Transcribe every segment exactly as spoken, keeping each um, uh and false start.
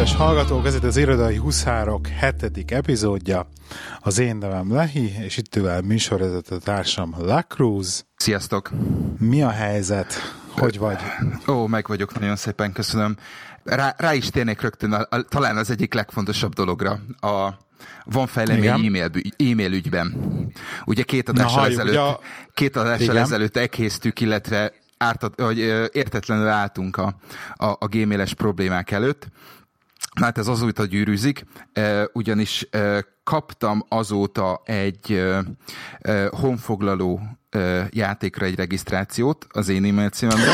Kedves hallgatók, ez itt az Irodai Huszárok hetedik epizódja. Az én nevem Lehi, és itt ül műsorvezető társam Lacruz. Sziasztok! Mi a helyzet? Hogy vagy? Ó, meg vagyok, nagyon szépen köszönöm. Rá, rá is térnék rögtön a, a, talán az egyik legfontosabb dologra. A, van fejlemény e-mail, e-mail ügyben. Ugye két adással Na, ezelőtt, a... két adással ezelőtt elkésztük, illetve ártat, vagy, értetlenül álltunk a, a, a gmail-es problémák előtt. Hát ez azóta gyűrűzik, ugyanis kaptam azóta egy honfoglaló játékra egy regisztrációt az én e-mail címemre.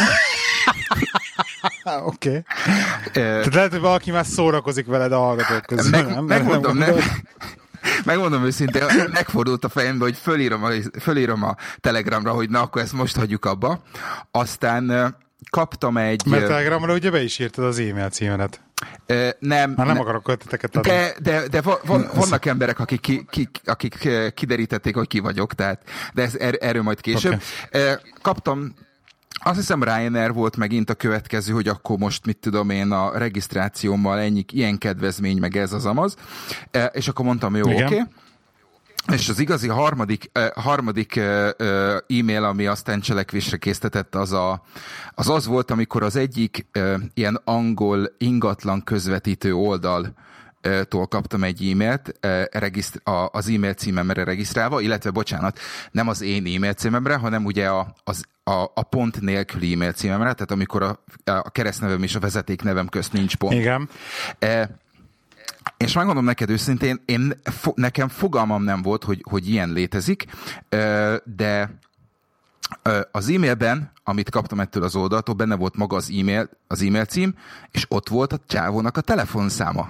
Oké. Okay. Tehát lehet, hogy valaki már szórakozik veled a hallgatók közül. Meg, nem, megmondom, nem, nem. Megmondom őszintén, megfordult a fejembe, hogy fölírom a, fölírom a Telegramra, hogy na, akkor ezt most hagyjuk abba. Aztán kaptam egy... Mert Telegramra ugye be is írtad az e-mail címedet. Uh, nem. Már nem ne, akarok ötleteket adni. De, de, de van, vannak emberek, akik, ki, ki, akik kiderítették, hogy ki vagyok, tehát, de ez, er, erről majd később. Okay. Uh, kaptam, azt hiszem Ryanair volt megint a következő, hogy akkor most mit tudom én a regisztrációmmal ennyi, ilyen kedvezmény, meg ez az amaz. Uh, és akkor mondtam, jó, oké. Okay. És az igazi harmadik, uh, harmadik uh, e-mail, ami aztán cselekvésre késztetett, az, a, az az volt, amikor az egyik uh, ilyen angol ingatlan közvetítő oldaltól kaptam egy e-mailt uh, regiszt- a, az e-mail címemre regisztrálva, illetve bocsánat, nem az én e-mail címemre, hanem ugye a, az, a, a pont nélküli e-mail címemre, tehát amikor a, a keresztnevem és a vezetéknevem közt nincs pont. Igen. Uh, És megmondom neked őszintén, én, fo- nekem fogalmam nem volt, hogy, hogy ilyen létezik, de az e-mailben, amit kaptam ettől az oldaltól, benne volt maga az e-mail, az e-mail cím, és ott volt a csávónak a telefonszáma.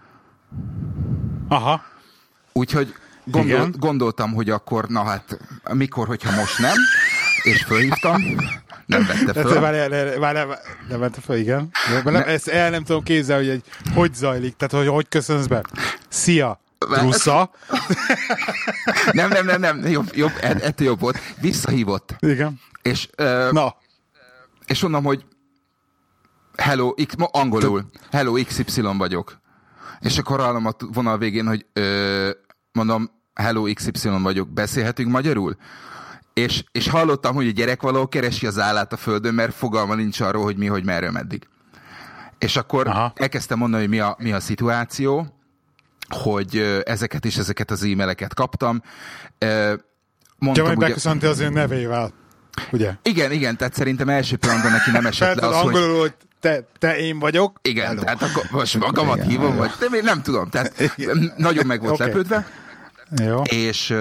Aha. Úgyhogy gondol, gondoltam, hogy akkor, na hát, mikor, hogyha most nem, és fölhívtam, nem vette föl. Várjál, várjál, nem vette föl, igen. Nem, ezt el nem tudom képzelni, hogy egy, hogy zajlik, tehát hogy, hogy köszönsz be. Szia, Rusza. Nem, nem, nem, nem, jobb, jobb, ettől jobb volt. Visszahívott. Igen. És, uh, Na. És mondom, hogy hello, X, angolul, hello, iksz ipszilon vagyok. És akkor hallom a vonal végén, hogy uh, mondom, hello, iksz ipszilon vagyok, beszélhetünk magyarul? És, és hallottam, hogy a gyerek valahol keresi az állát a földön, mert fogalma nincs arról, hogy mi, hogy merre, meddig. És akkor Aha. elkezdtem mondani, hogy mi a, mi a szituáció, hogy ezeket és ezeket az e-maileket kaptam. Mondtam, hogy beköszönti az ön nevével, ugye? Igen, igen, tehát szerintem első pillanatban neki nem esett le az, angolul, hogy... Te, te én vagyok. Igen, Hello. Tehát akkor most magamat igen, hívom, vagy de még nem tudom. Tehát nagyon meg volt okay. lepődve. Jó. És...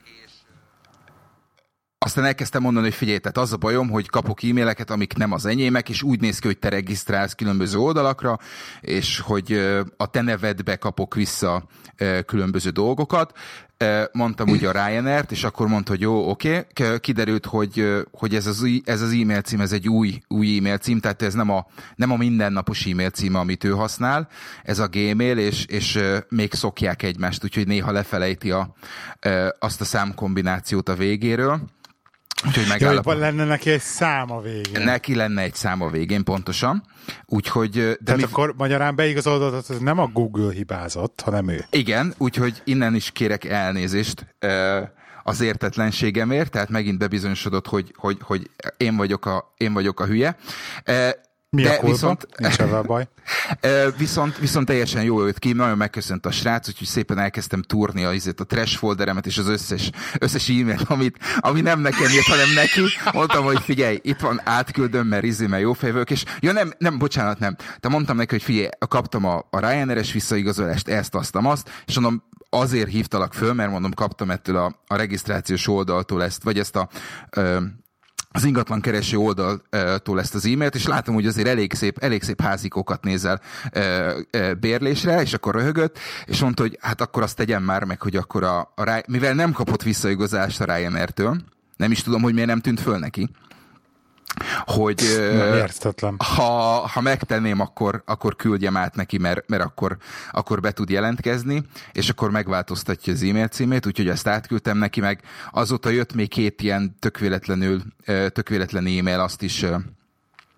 Aztán elkezdtem mondani, hogy figyelj, tehát az a bajom, hogy kapok e-maileket, amik nem az enyémek, és úgy néz ki, hogy te regisztrálsz különböző oldalakra, és hogy a te nevedbe kapok vissza különböző dolgokat. Mondtam ugye a Ryanair-t, és akkor mondta, hogy jó, oké. Okay. Kiderült, hogy, hogy ez, az, ez az e-mail cím, ez egy új, új e-mail cím, tehát ez nem a, nem a mindennapos e-mail cím, amit ő használ, ez a Gmail, és, és még szokják egymást, úgyhogy néha lefelejti a, azt a számkombinációt a végéről. Úgyhogy megállapod... Jó, lenne neki egy szám a végén. Neki lenne egy szám a végén, pontosan. Úgyhogy... De Tehát mi... akkor magyarán beigazolódott, hogy nem a Google hibázott, hanem ő. Igen, úgyhogy innen is kérek elnézést az értetlenségemért, tehát megint bebizonyosodott, hogy, hogy, hogy én, vagyok a, én vagyok a hülye. Mi de a kulpa? Viszont, Nincs ebben baj. viszont, viszont teljesen jól jött ki, nagyon megköszönt a srác, úgyhogy szépen elkezdtem túrni a, a trash folderemet és az összes, összes e-mail, amit, ami nem nekem jött, hanem neki. Mondtam, hogy figyelj, itt van, átküldöm, mert izé, mert jó fej vagyok, és ja nem, nem, bocsánat, nem. De mondtam neki, hogy figyelj, kaptam a, a Ryanair-es visszaigazolást, ezt, azt, azt, és mondom, azért hívtalak föl, mert mondom, kaptam ettől a, a regisztrációs oldaltól ezt, vagy ezt a... Ö, az ingatlan kereső oldaltól ezt az e-mailt, és látom, hogy azért elég szép, elég szép házikókat nézel e, e, bérlésre, és akkor röhögött, és mondta, hogy hát akkor azt tegyem már meg, hogy akkor a, a mivel nem kapott visszaigazolást a Ryanair-től, nem is tudom, hogy miért nem tűnt föl neki, hogy ha, ha megtenném, akkor, akkor küldjem át neki, mert, mert akkor, akkor be tud jelentkezni, és akkor megváltoztatja az e-mail címét, úgyhogy ezt átküldtem neki, meg azóta jött még két ilyen tök véletlenül, tök véletlen e-mail, azt is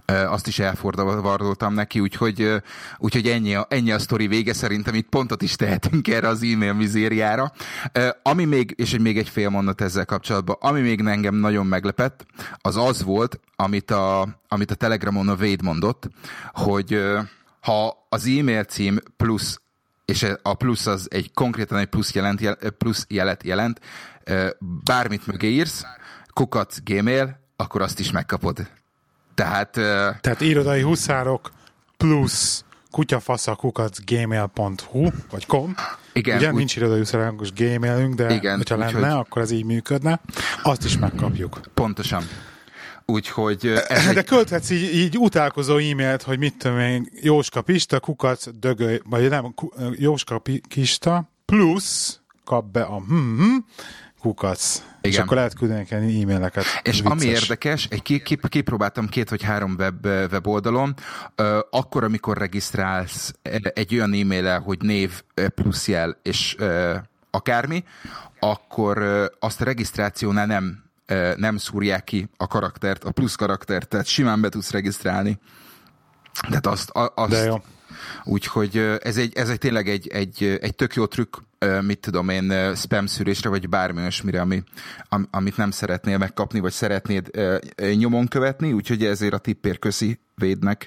azt is elfordultam neki, úgyhogy, úgyhogy ennyi, a, ennyi a sztori vége, szerintem itt pontot is tehetünk erre az e-mail mizériára. Ami még, és még egy fél mondat ezzel kapcsolatban, ami még engem nagyon meglepett, az az volt, amit a, amit a Telegramon a Wade mondott, hogy ha az e-mail cím plusz, és a plusz az egy konkrétan egy plusz, jelent, plusz jelet jelent, bármit mögé írsz, kukac Gmail, akkor azt is megkapod. Tehát, Tehát irodai huszárok plusz kutyafaszakukac gmail pont hu vagy com. Igen, ugye úgy, nincs irodai huszárokos gmailünk, de igen, hogyha úgy, lenne, hogy... akkor ez így működne. Azt is megkapjuk. Pontosan. Úgyhogy... Ez de egy... küldhetsz így, így utálkozó e-mailt, hogy mit tudom én, Jóska Pista, kukac, dögöly, vagy nem, Jóska Pista, plusz kap be a hmm, kukac. Igen. És akkor lehet küldeni e-maileket. És vicces. Ami érdekes, egy kip, kipróbáltam két vagy három web, weboldalon, akkor, amikor regisztrálsz egy olyan e-mail-el, hogy név plusz jel és akármi, akkor azt a regisztrációnál nem nem szúrják ki a karaktert, a plusz karaktert, tehát simán be tudsz regisztrálni. Tehát azt... azt De jó. Úgyhogy ez egy, ez egy tényleg egy, egy, egy tök jó trükk, mit tudom én, spam szűrésre, vagy bármi olyasmire, ami, am, amit nem szeretnél megkapni, vagy szeretnéd nyomon követni, úgyhogy ezért a tippér köszi Wade-nek.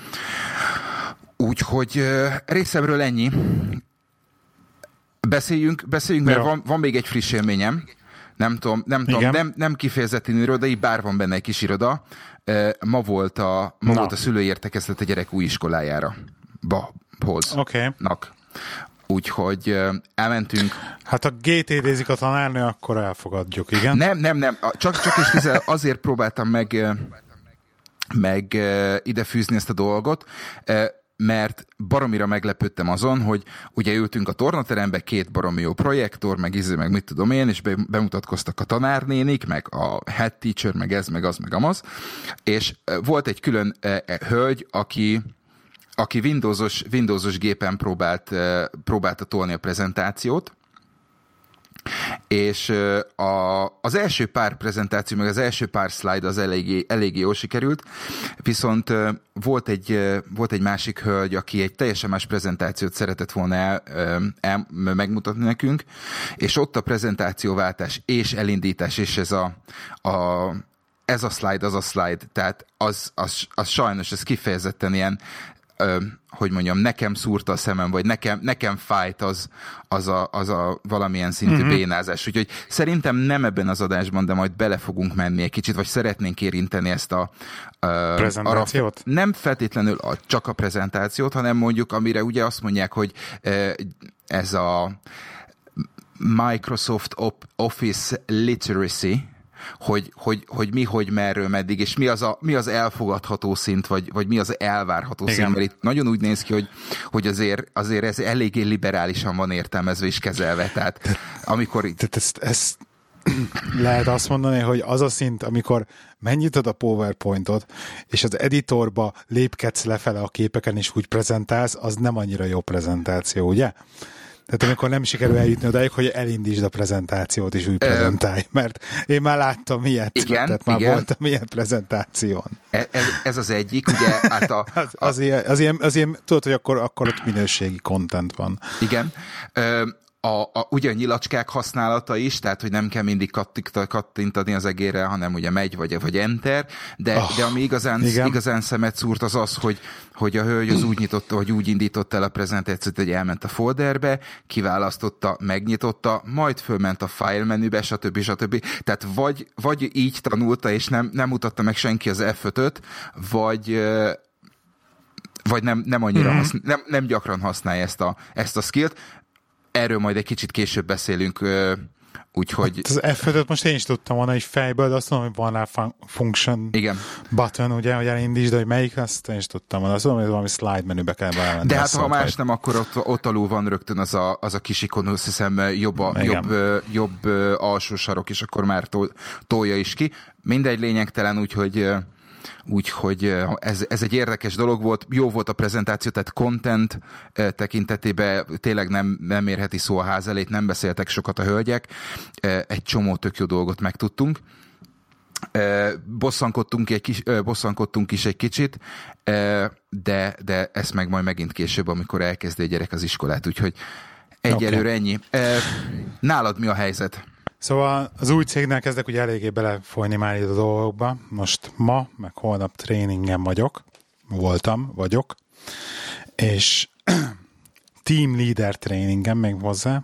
Úgyhogy részemről ennyi. Beszéljünk, beszéljünk mert van, van még egy friss élményem. Nem tudom, nem, tudom nem, nem kifejezetten irodai, bár van benne egy kis iroda. Ma volt a, ma volt a szülői értekezlet a gyerek új iskolájára. Ba, hoz. Oké. Okay. Úgyhogy elmentünk. Hát a gé té dé-zik a tanárnő, akkor elfogadjuk, igen? Nem, nem, nem. Csak, csak és tizel, azért próbáltam meg, meg ide fűzni ezt a dolgot, mert baromira meglepődtem azon, hogy ugye ültünk a tornaterembe, két baromi jó projektor, meg izé, meg mit tudom én, és bemutatkoztak a tanárnénik, meg a head teacher, meg ez, meg az, meg amaz, és volt egy külön hölgy, aki aki Windowsos, Windowsos gépen próbált, próbálta tolni a prezentációt, és a, az első pár prezentáció, meg az első pár slide az eléggé, eléggé jól sikerült, viszont volt egy, volt egy másik hölgy, aki egy teljesen más prezentációt szeretett volna el, el, megmutatni nekünk, és ott a prezentációváltás és elindítás, és ez a, a ez a slide, az a slide, tehát az, az, az sajnos, ez kifejezetten ilyen, Ö, hogy mondjam, nekem szúrta a szemem, vagy nekem, nekem fájt az, az, a, az a valamilyen szintű mm-hmm. bénázás. Úgyhogy szerintem nem ebben az adásban, de majd bele fogunk menni egy kicsit, vagy szeretnénk érinteni ezt a... Ö, prezentációt? Arra, nem feltétlenül a, csak a prezentációt, hanem mondjuk, amire ugye azt mondják, hogy ö, ez a Microsoft Office Literacy, Hogy, hogy, hogy mi, hogy merről, meddig, és mi az, a, mi az elfogadható szint, vagy, vagy mi az elvárható Igen. szint, mert itt nagyon úgy néz ki, hogy, hogy azért, azért ez eléggé liberálisan van értelmezve és kezelve, tehát amikor... Tehát ezt, ezt lehet azt mondani, hogy az a szint, amikor megnyitod a PowerPointot, és az editorba lépkedsz lefele a képeken, és úgy prezentálsz, az nem annyira jó prezentáció, ugye? Tehát amikor nem sikerül eljutni odáig, hogy elindítsd a prezentációt, és úgy prezentálj, mert én már láttam ilyet, igen, tehát már igen. voltam ilyen prezentáción. Ez, ez az egyik, ugye, hát a... az, az, a... ilyen, az, ilyen, az ilyen, tudod, hogy akkor, akkor ott minőségi content van. Igen. Ö, A, a, ugye a nyilacskák használata is, tehát hogy nem kell mindig kattintani az egérre, hanem ugye megy, vagy, vagy enter, de, oh, de ami igazán, igazán szemet szúrt az az, hogy, hogy a hölgy az úgy nyitotta, hogy úgy indította el a prezentációt, hogy elment a folderbe, kiválasztotta, megnyitotta, majd fölment a file menübe, stb. stb. Tehát vagy, vagy így tanulta, és nem, nem mutatta meg senki az ef ötöt, vagy... vagy nem, nem annyira mm-hmm. használ, nem, nem gyakran használja ezt a, ezt a skillt. Erről majd egy kicsit később beszélünk, úgyhogy... Hát az ef ötöt most én is tudtam volna egy fejből, de azt mondom, hogy van rá function Igen. button, ugye, hogy elindítsd, de hogy melyik, azt én is tudtam volna. Azt mondom, hogy valami slide menübe kell beállni. De hát ha más vagy... nem, akkor ott, ott alul van rögtön az a, az a kis ikon, azt hiszem jobb, a, jobb, jobb alsó sarok, és akkor már tol, tolja is ki. Mindegy, lényegtelen, úgyhogy... Úgyhogy ez, ez egy érdekes dolog volt, jó volt a prezentáció, tehát content tekintetében tényleg nem, nem érheti szó a ház elét, nem beszéltek sokat a hölgyek, egy csomó tök jó dolgot megtudtunk. bosszankodtunk, egy kis, bosszankodtunk is egy kicsit, de, de ezt meg majd megint később, amikor elkezdi a gyerek az iskolát, úgyhogy egyelőre okay. ennyi. Nálad mi a helyzet? Szóval az új cégnél kezdek ugye eléggé belefolyni már itt a dolgokba. Most ma, meg holnap tréningen vagyok. Voltam, vagyok. És team leader tréningen még hozzá.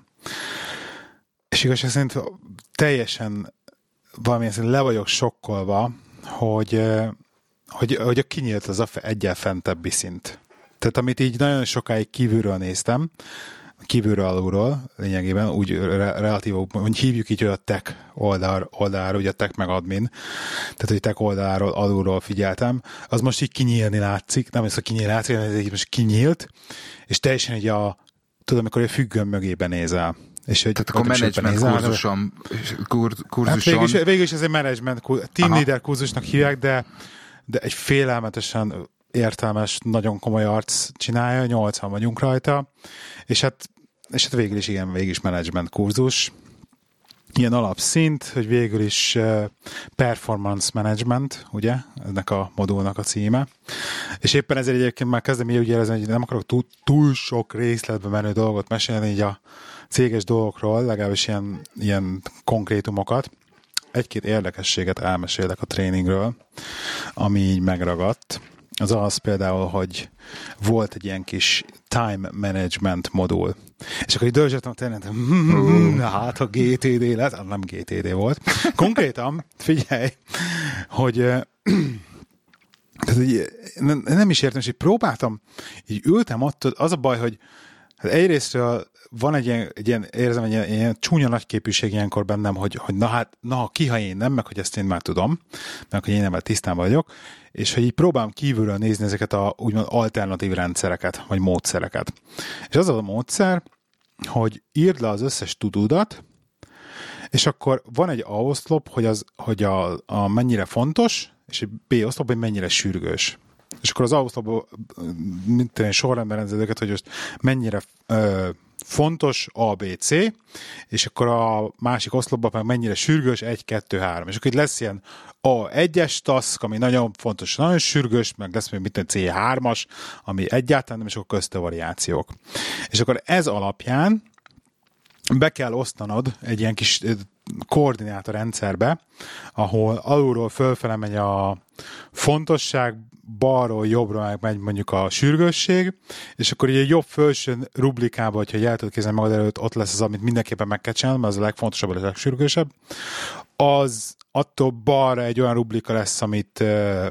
És igazság szerint teljesen valamilyen szerint le vagyok sokkolva, hogy, hogy, hogy kinyílt az a egyel fentebbi szint. Tehát amit így nagyon sokáig kívülről néztem, kívülről alulról lényegében, úgy re- relatív, hogy hívjuk így, hogy a tech oldal, oldaláról, ugye a tech meg admin, tehát hogy tech oldaláról alulról figyeltem, az most így kinyílni látszik, nem az, hogy kinyílni látszik, hanem ez így most kinyílt, és teljesen így a, tudom, amikor a függöny mögébe nézel. És hogy tehát akkor menedzsment kurzuson, kur, kurzuson. Hát végül, végül is ez egy menedzsment, team leader kurzusnak hívják, de, de egy félelmetesen értelmes, nagyon komoly arc csinálja, nyolcan vagyunk rajta, és hát, és hát végül is igen, végül is menedzsment kurzus. Ilyen alapszint, hogy végül is uh, performance management, ugye, ennek a modulnak a címe. És éppen ezért egyébként már kezdem így úgy érezni, hogy nem akarok túl, túl sok részletbe menő dolgot mesélni így a céges dolgokról, legalábbis ilyen, ilyen konkrétumokat. Egy-két érdekességet elmesélek a tréningről, ami így megragadt. Az az például, hogy volt egy ilyen kis time management modul. És akkor így dörzsöttem tényleg, na hát a gé té dé lett, nem gé té dé volt. Konkrétan, figyelj, hogy tehát így, nem, nem is értem, és így próbáltam, így ültem ott, az a baj, hogy hát egyrésztről van egy ilyen, egy ilyen érzem, egy ilyen, ilyen csúnya nagyképűség ilyenkor bennem, hogy, hogy na hát, na ki, ha én nem, meg hogy ezt én már tudom, meg hogy én nem tisztán vagyok, és hogy így próbálom kívülről nézni ezeket a úgymond alternatív rendszereket, vagy módszereket. És az az a módszer, hogy írd le az összes tudódat, és akkor van egy A oszlop, hogy, az, hogy a, a mennyire fontos, és egy B oszlop, hogy mennyire sürgős. És akkor az A oszlopban mint olyan sorrendben rendezed őket, hogy most mennyire ö, fontos A, B, C, és akkor a másik oszlopban meg mennyire sürgős egy, kettő, három. És akkor itt lesz ilyen A egyes task, ami nagyon fontos, nagyon sürgős, meg lesz még mit C hármas, ami egyáltalán nem, és akkor közte variációk. És akkor ez alapján be kell osztanod egy ilyen kis koordinátorrendszerbe, ahol alulról fölfele megy a fontosság, balról jobbra meg megy mondjuk a sürgősség, és akkor így a jobb felső rublikába, hogyha el tudod kézni magad előtt, ott lesz az, amit mindenképpen meg kell csinálni, mert az a legfontosabb, a legsürgősebb. Az attól balra egy olyan rublika lesz, amit uh,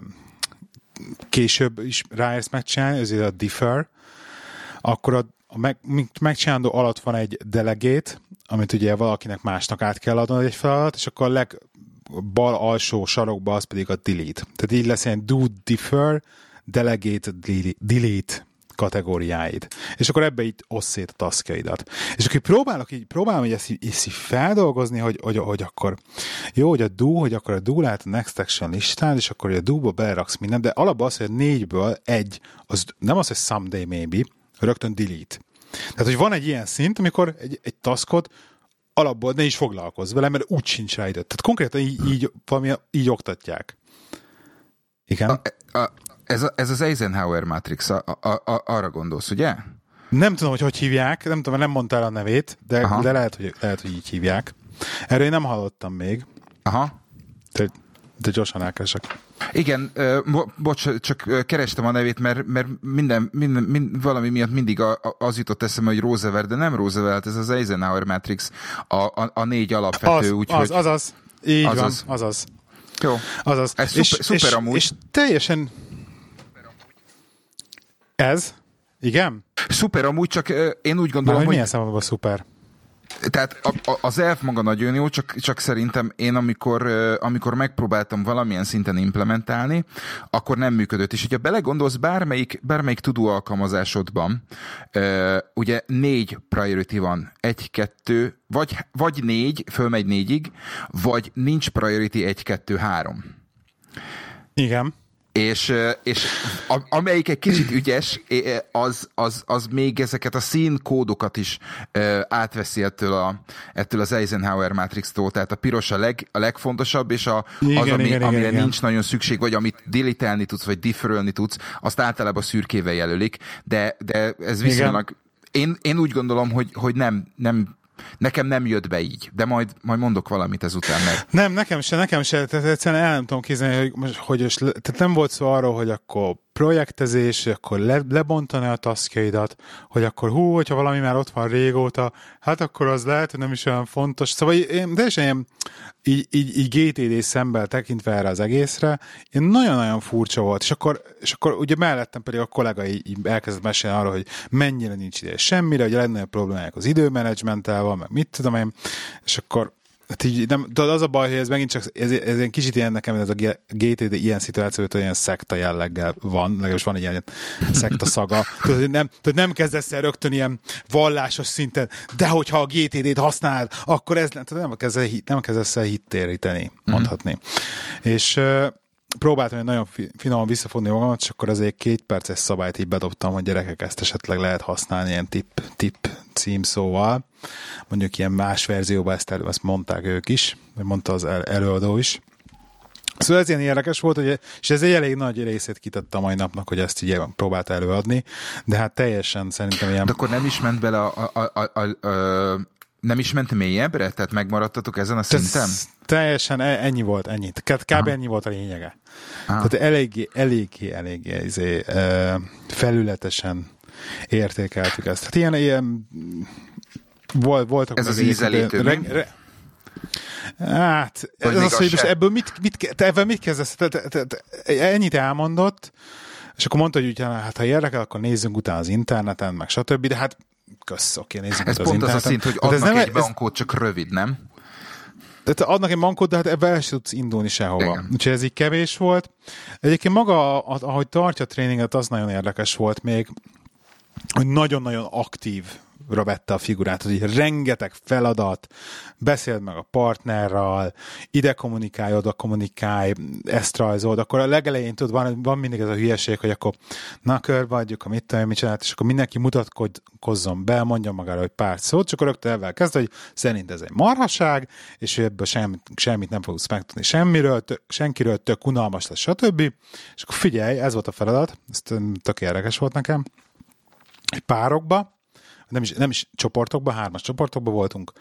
később is ráérsz megcsinálni, ez a defer. Akkor a, a meg, megcsinálandó alatt van egy delegate, amit ugye valakinek másnak át kell adnod egy feladat, és akkor a leg bal alsó sarokba az pedig a delete. Tehát így lesz ilyen do, defer, delegate, delete kategóriáid. És akkor ebbe így ossz szét a taskjaidat. És akkor próbálok így, próbálom így ezt így, ezt így feldolgozni, hogy, hogy, hogy akkor jó, hogy a do, hogy akkor a do lehet a next action listán, és akkor a do-ba beleraksz mindent, de alapban az, hogy a négyből egy, az nem az, hogy someday maybe, rögtön delete. Tehát, hogy van egy ilyen szint, amikor egy, egy taskot alapból ne is foglalkozz vele, mert úgy sincs rá időt. Tehát konkrétan így, így, valami, így oktatják. Igen? A, a, ez, a, ez az Eisenhower Matrix, a, a, a, arra gondolsz, ugye? Nem tudom, hogy hogy hívják, nem tudom, nem mondtál a nevét, de, de lehet, hogy, lehet, hogy így hívják. Erről én nem hallottam még. Aha. De, de gyorsan elkeresek. Igen, bo- bocs, csak kerestem a nevét, mert, mert minden, minden, mind, valami miatt mindig a, a, az jutott eszembe, hogy Roosevelt, de nem Roosevelt, ez az Eisenhower Matrix, a, a, a négy alapvető. Az, úgyhogy... az, azaz. Így azaz. van, azaz. Jó. Azaz. Ez és, szuper, szuper és, amúgy. És teljesen... Ez? Igen? Szuper amúgy, csak én úgy gondolom, hogy... hogy... milyen számomban szuper? Tehát a, a, az elf maga nagyon jó, csak, csak szerintem én amikor, amikor megpróbáltam valamilyen szinten implementálni, akkor nem működött. És hogyha belegondolsz bármelyik, bármelyik tudó alkalmazásodban, ugye négy priority van, egy, kettő, vagy, vagy négy, fölmegy négyig, vagy nincs priority egy, kettő, három. Igen. És, és a, amelyik egy kicsit ügyes, az, az, az még ezeket a színkódokat is átveszi ettől, a, ettől az Eisenhower Matrix-tól, tehát a piros a, leg, a legfontosabb, és a, igen, az, ami, igen, amire igen, nincs igen. nagyon szükség, vagy amit delete-elni tudsz, vagy differölni tudsz, azt általában szürkével jelölik, de, de ez viszonylag... Én, én úgy gondolom, hogy, hogy nem, nem nekem nem jött be így, de majd, majd mondok valamit ezután meg. Nem, nekem se, nekem se, tehát egyszerűen el nem tudom képzelni, hogy, hogy most, tehát nem volt szó arról, hogy akkor projektezés, akkor le, lebontani a taskjaidat, hogy akkor hú, hogyha valami már ott van régóta, hát akkor az lehet, hogy nem is olyan fontos. Szóval én teljesen ilyen, így, így, így gé té dé szemmel tekintve erre az egészre, én nagyon-nagyon furcsa volt, és akkor, és akkor ugye mellettem pedig a kollega így, így elkezdett mesélni arról, hogy mennyire nincs ide semmire, hogy a legnagyobb problémáják az időmenedzsmenttel van, meg mit tudom én, és akkor hát így nem, de az a baj, hogy ez megint csak, ez, ez egy kicsit ilyen nekem, ez a gé té dé ilyen szituáció, hogy olyan szekta jelleggel van, legalábbis van egy ilyen szekta szaga. Tudod, hogy nem, tudod, nem kezdesz el rögtön ilyen vallásos szinten, de hogyha a gé té dét használ, akkor ez tudod, nem kezdesz, nem kezdesz el hittéríteni, mondhatni. Mm-hmm. És uh, próbáltam egy nagyon finoman visszafogni magamat, és akkor azért két perces szabályt így bedobtam, hogy gyerekek, ezt esetleg lehet használni ilyen tip, tip címszóval. Mondjuk ilyen más verzióban ezt, elő, ezt mondták ők is, vagy mondta az el, előadó is. Szóval ez ilyen érdekes volt, hogy, és ez egy elég nagy részét kitette a mai napnak, hogy ezt így próbálta előadni, de hát teljesen szerintem ilyen... De akkor nem is ment bele a... a, a, a, a nem is ment mélyebbre? Tehát megmaradtatok ezen a szinten? Teljesen ennyi volt, ennyi. Kb. Aha. Ennyi volt a lényege. Aha. Tehát eléggé, eléggé, eléggé izé, felületesen értékeltük ezt. Hát ilyen, ilyen volt, voltak... Ez az ízelítő. Re, re, hát, ez az, hogy most ebből mit, mit, te ebből mit kezdesz? Te, te, te, te, ennyit elmondott, és akkor mondta, hogy ugye, hát ha érdekel, akkor nézzünk utána az interneten, meg stb. De hát kösz, oké, nézzük ez utána az interneten. Ez pont az a szint, hogy adnak egy bankót, csak rövid, nem? Tehát adnak egy bankot, de hát ebben el sem tudsz indulni sehova. Igen. Úgyhogy ez így kevés volt. Egyébként maga, ahogy tartja a tréninget, az nagyon érdekes volt még, hogy nagyon-nagyon aktívra vette a figurát, hogy rengeteg feladat, beszéld meg a partnerral, ide kommunikálj, oda kommunikálj, ezt rajzold, akkor a legelején tudod, van, van mindig ez a hülyeség, hogy akkor na körbe adjuk, a mit tudom, mit csinált, és akkor mindenki mutatkozzon be, mondjon magára, hogy pár szót, csak akkor rögtön elvel kezd, hogy szerint ez egy marhaság, és ebből semmit, semmit nem fogsz megtudni semmiről, tök, senkiről, tök unalmas lesz, stb. És akkor figyelj, ez volt a feladat, ez tök érdekes volt nekem, egy párokba, nem is, nem is csoportokban, hármas csoportokban voltunk,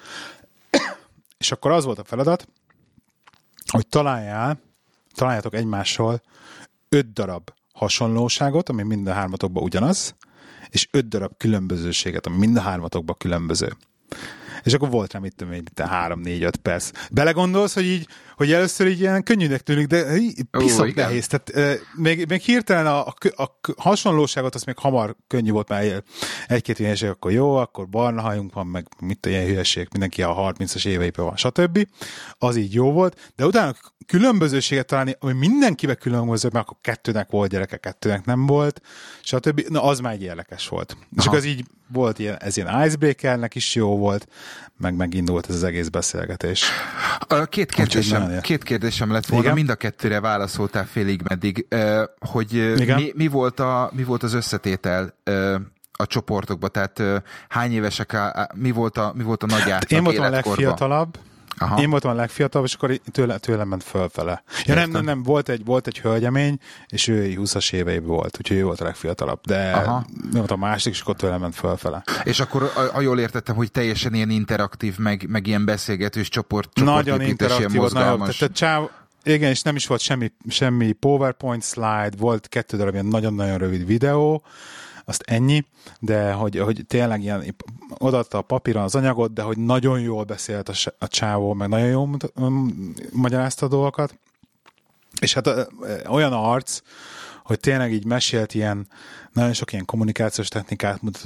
és akkor az volt a feladat, hogy találjál, találjátok egymással öt darab hasonlóságot, ami minden hármatokban ugyanaz, és öt darab különbözőséget, ami minden hármatokban különböző. És akkor volt rá, mit tudom én, három, négy, öt perc. Belegondolsz, hogy így, hogy először így ilyen könnyűnek tűnik, de piszok nehéz. Tehát uh, még, még hirtelen a, a, a hasonlóságot, az még hamar könnyű volt, már egy-két hülyeség, akkor jó, akkor barna hajunk van, meg mit ilyen hülyeség, mindenki a harmincas éveiben van, stb. Az így jó volt, de utána különbözőséget találni, ami mindenkivel különböző, mert akkor kettőnek volt gyereke, kettőnek nem volt, stb. Na, az már egy érdekes volt. Aha. És akkor az így volt ilyen, ez ilyen icebreakernek is jó volt, meg megindult ez az egész beszélgetés. Két kérdésem, két kérdésem lett volna, igen? Mind a kettőre válaszoltál félig meddig, hogy mi, mi, volt a, mi volt az összetétel a csoportokban, tehát hány évesek, mi volt a, mi volt a nagy átlag Én voltam életkorban? A legfiatalabb, Aha. Én voltam a legfiatalabb, és akkor tőle, tőlem ment fölfele. Ja, nem, nem, nem, volt egy, volt egy hölgyemény, és ő húszas éveiben volt, úgyhogy ő volt a legfiatalabb, de Aha. én voltam a másik, és akkor tőlem ment fölfele. És akkor, ha jól értettem, hogy teljesen ilyen interaktív, meg, meg ilyen beszélgetős csoport, nagyon interaktív, ilyen mozgalmas. Tehát csáv, igen, és nem is volt semmi, semmi PowerPoint slide, volt kettő darab ilyen nagyon-nagyon rövid videó, azt ennyi, de hogy, hogy tényleg ilyen odaadta a papíron az anyagot, de hogy nagyon jól beszélt a, a csávó, meg nagyon jól mutat, magyarázta a dolgokat. És hát olyan arc, hogy tényleg így mesélt ilyen, nagyon sok ilyen kommunikációs technikát mutatott,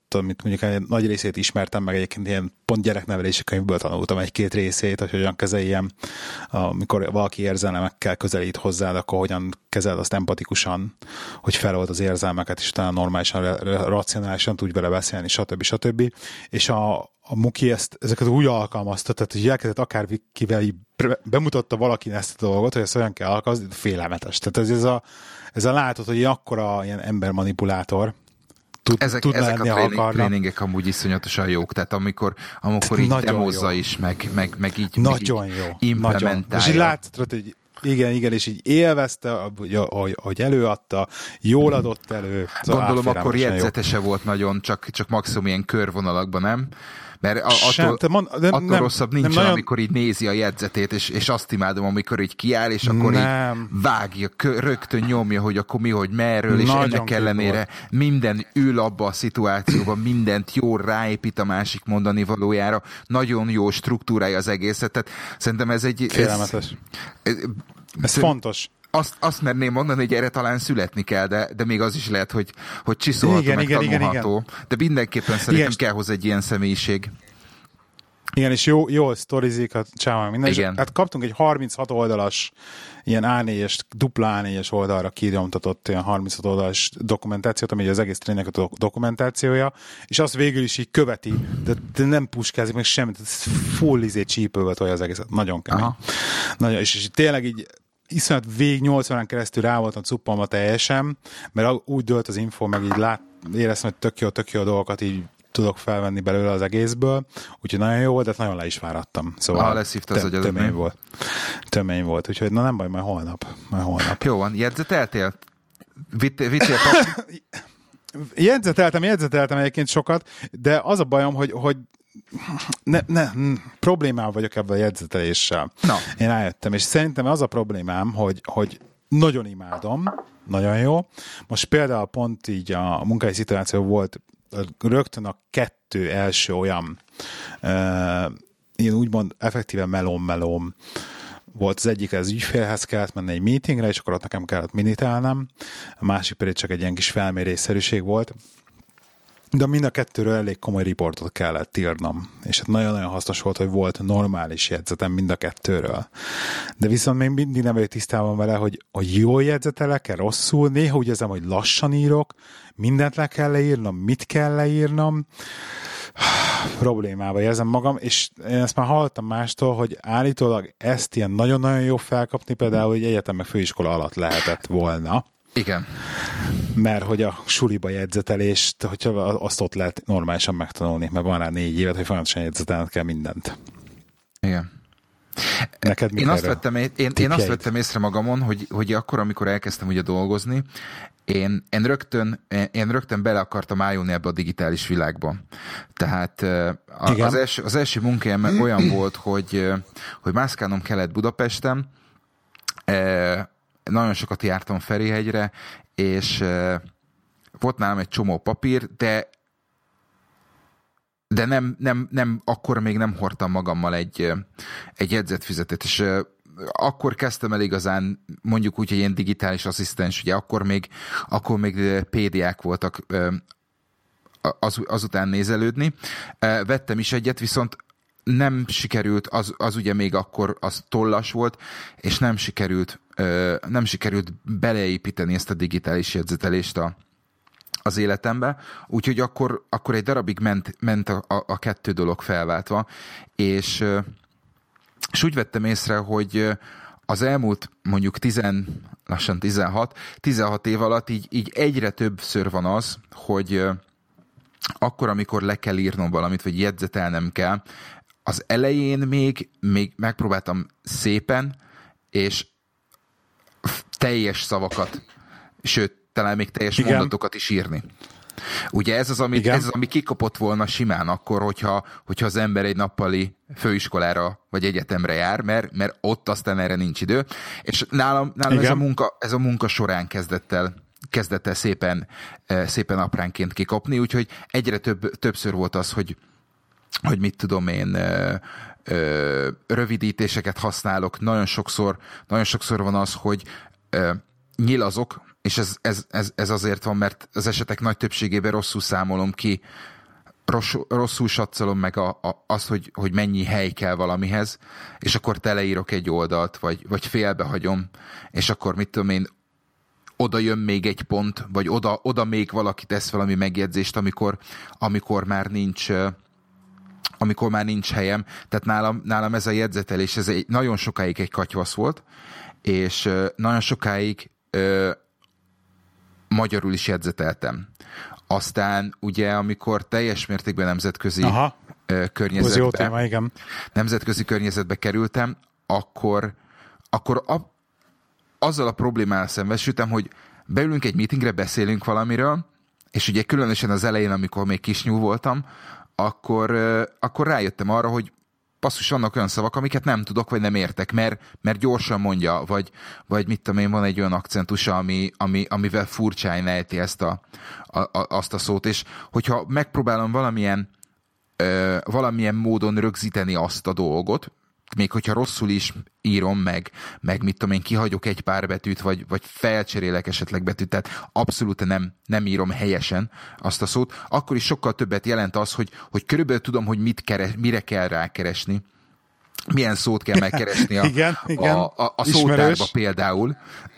amit mondjuk egy nagy részét ismertem, meg egyébként ilyen pont gyereknevelési könyvből tanultam egy-két részét, hogy hogyan kezeljem, amikor valaki érzelmekkel közelít hozzád, akkor hogyan kezeled azt empatikusan, hogy felold az érzelmeket, és utána normálisan, racionálisan tudj vele beszélni, stb. stb. És a, a Muki ezt, ezeket úgy alkalmazta, tehát hogy elkezdett akárkivel bemutatta valakinek ezt a dolgot, hogy ezt olyan kell alkalmazni, félelmetes. Tehát ez, ez a, ez a látod, hogy akkora ilyen embermanipulátor, Tud, ezek, ezek a tréning, tréningek amúgy iszonyatosan jók, tehát amikor, amikor így demozza is, meg, meg, meg így, nagyon meg így jó, implementálja. Nagyon. És így látszott, hogy igen, igen, és így élvezte, ahogy, ahogy előadta, jól adott elő. Gondolom akkor jegyzetese jó. Volt nagyon, csak, csak maximum ilyen körvonalakban, nem? Mert a, attól, Sem, mond, de attól nem, rosszabb nincsen, nagyon... amikor így nézi a jegyzetét, és, és azt imádom, amikor így kiáll, és akkor nem. így vágja, rögtön nyomja, hogy akkor mi, hogy merről, és nagyon ennek ellenére minden ül abba a szituációban, mindent jól ráépít a másik mondani valójára, nagyon jó struktúrája az egészet, tehát szerintem ez egy... Félelmetes. Ez, ez, ez fontos. Azt, azt merném mondani, hogy erre talán születni kell, de, de még az is lehet, hogy, hogy csiszolható, igen, meg igen, tanulható. Igen, igen. De mindenképpen szerintem kell hozzá egy ilyen személyiség. Igen, és jó, jól sztorizik, hát csámán minden. Igen. Hát kaptunk egy harminchat oldalas, ilyen á négyes, dupla á négyes oldalra kinyomtatott ilyen harminchat oldalas dokumentációt, ami az egész tréningnek a dokumentációja, és azt végül is így követi, de, de nem puskázik meg semmit, full izé csípővel tolja az egészet. Nagyon kemény. Nagyon, és, és tényleg így iszonyat végig nyolc órán keresztül rá voltam cuppalma teljesen, mert úgy dőlt az info, meg így lát, éreztem, hogy tök jó, tök jó dolgokat így tudok felvenni belőle az egészből, úgyhogy nagyon jó volt, de nagyon le is fáradtam. Szóval ah, leszívta az agyad, tömény volt. Tömény volt, úgyhogy na nem baj, majd holnap. Majd holnap. Jó van, jegyzeteltél? Vittél pap... Jegyzeteltem, jegyzeteltem egyébként sokat, de az a bajom, hogy, hogy ne, ne, problémám vagyok ebben a jegyzeteléssel. Na. Én rájöttem, és szerintem az a problémám, hogy, hogy nagyon imádom, nagyon jó. Most például pont így a munkai szituáció volt, rögtön a kettő első olyan uh, én úgymond effektíven melóm-melóm volt. Az egyik, az ügyfélhez kellett menni egy meetingre, és akkor ott nekem kellett minitálnem. A másik pedig csak egy ilyen kis felmérésszerűség volt. De mind a kettőről elég komoly riportot kellett írnom. És hát nagyon-nagyon hasznos volt, hogy volt normális jegyzetem mind a kettőről. De viszont még mindig nem vagyok tisztában vele, hogy, hogy jól jegyzetelek-e, rosszul. Néha úgy érzem, hogy lassan írok, mindent le kell leírnom, mit kell leírnom. Problémába érzem magam, és én ezt már hallottam mástól, hogy állítólag ezt ilyen nagyon-nagyon jó felkapni, például, hogy egyetem meg főiskola alatt lehetett volna. Igen. Mert hogy a suliba jegyzetelést, hogyha azt ott lehet normálisan megtanulni, mert van rá négy évet, hogy folyamatosan jegyzetelned kell mindent. Igen. Neked én azt, vettem, én, én azt vettem észre magamon, hogy, hogy akkor, amikor elkezdtem ugye dolgozni, én, én, rögtön, én rögtön bele akartam állni ebbe a digitális világba. Tehát a, az, első, az első munkájám olyan volt, hogy, hogy mászkálnom kellett Budapesten, nagyon sokat jártam Ferihegyre, és volt nálam egy csomó papír, de de nem, nem, nem, akkor még nem hordtam magammal egy, egy jegyzetfüzetet, és akkor kezdtem el igazán, mondjuk úgy, hogy ilyen digitális asszisztens, ugye akkor még, akkor még pé dé á-k voltak az, azután nézelődni. Vettem is egyet, viszont nem sikerült, az, az ugye még akkor az tollas volt, és nem sikerült, nem sikerült beleépíteni ezt a digitális jegyzetelést a az életembe, úgyhogy akkor, akkor egy darabig ment, ment a, a, a kettő dolog felváltva, és, és úgy vettem észre, hogy az elmúlt mondjuk tizen, lassan tizenhat, tizenhat év alatt így, így egyre többször van az, hogy akkor, amikor le kell írnom valamit, vagy jegyzetelnem kell, az elején még, még megpróbáltam szépen, és teljes szavakat, sőt, talán még teljes Igen. mondatokat is írni. Ugye ez az, ami, ez az, ami kikapott volna simán akkor, hogyha, hogyha az ember egy nappali főiskolára vagy egyetemre jár, mert, mert ott aztán erre nincs idő. És nálam, nálam ez, a munka, ez a munka során kezdett el, kezdett el szépen, szépen apránként kikapni, úgyhogy egyre több, többször volt az, hogy, hogy mit tudom én, rövidítéseket használok. Nagyon sokszor, nagyon sokszor van az, hogy nyilazok, és ez, ez, ez, ez azért van, mert az esetek nagy többségében rosszul számolom ki rossz, rosszul satszolom meg a, a, azt, hogy, hogy mennyi hely kell valamihez, és akkor teleírok egy oldalt, vagy, vagy félbehagyom, és akkor mit tudom én, oda jön még egy pont, vagy oda, oda még valaki tesz valami megjegyzést, amikor, amikor már nincs amikor már nincs helyem. Tehát nálam, nálam ez a jegyzetelés, ez egy, nagyon sokáig egy katyvasz volt, és uh, nagyon sokáig uh, magyarul is jegyzeteltem. Aztán ugye, amikor teljes mértékben nemzetközi Aha. uh, környezetbe, jó téma, igen. nemzetközi környezetbe kerültem, akkor, akkor a, azzal a problémával szembesültem, hogy beülünk egy meetingre, beszélünk valamiről, és ugye különösen az elején, amikor még kisnyú voltam, akkor, akkor rájöttem arra, hogy basszus, vannak olyan szavak, amiket nem tudok, vagy nem értek, mert, mert gyorsan mondja, vagy, vagy mit tudom én, van egy olyan akcentusa, ami, ami, amivel furcsán ejti ezt a, a, a, azt a szót, és hogyha megpróbálom valamilyen, ö, valamilyen módon rögzíteni azt a dolgot, még hogyha rosszul is írom meg, meg mit tudom én, kihagyok egy pár betűt, vagy, vagy felcserélek esetleg betűt, tehát abszolút nem, nem írom helyesen azt a szót, akkor is sokkal többet jelent az, hogy, hogy körülbelül tudom, hogy mit keres, mire kell rákeresni, milyen szót kell megkeresni a, igen, igen. a, a, a szótárba például,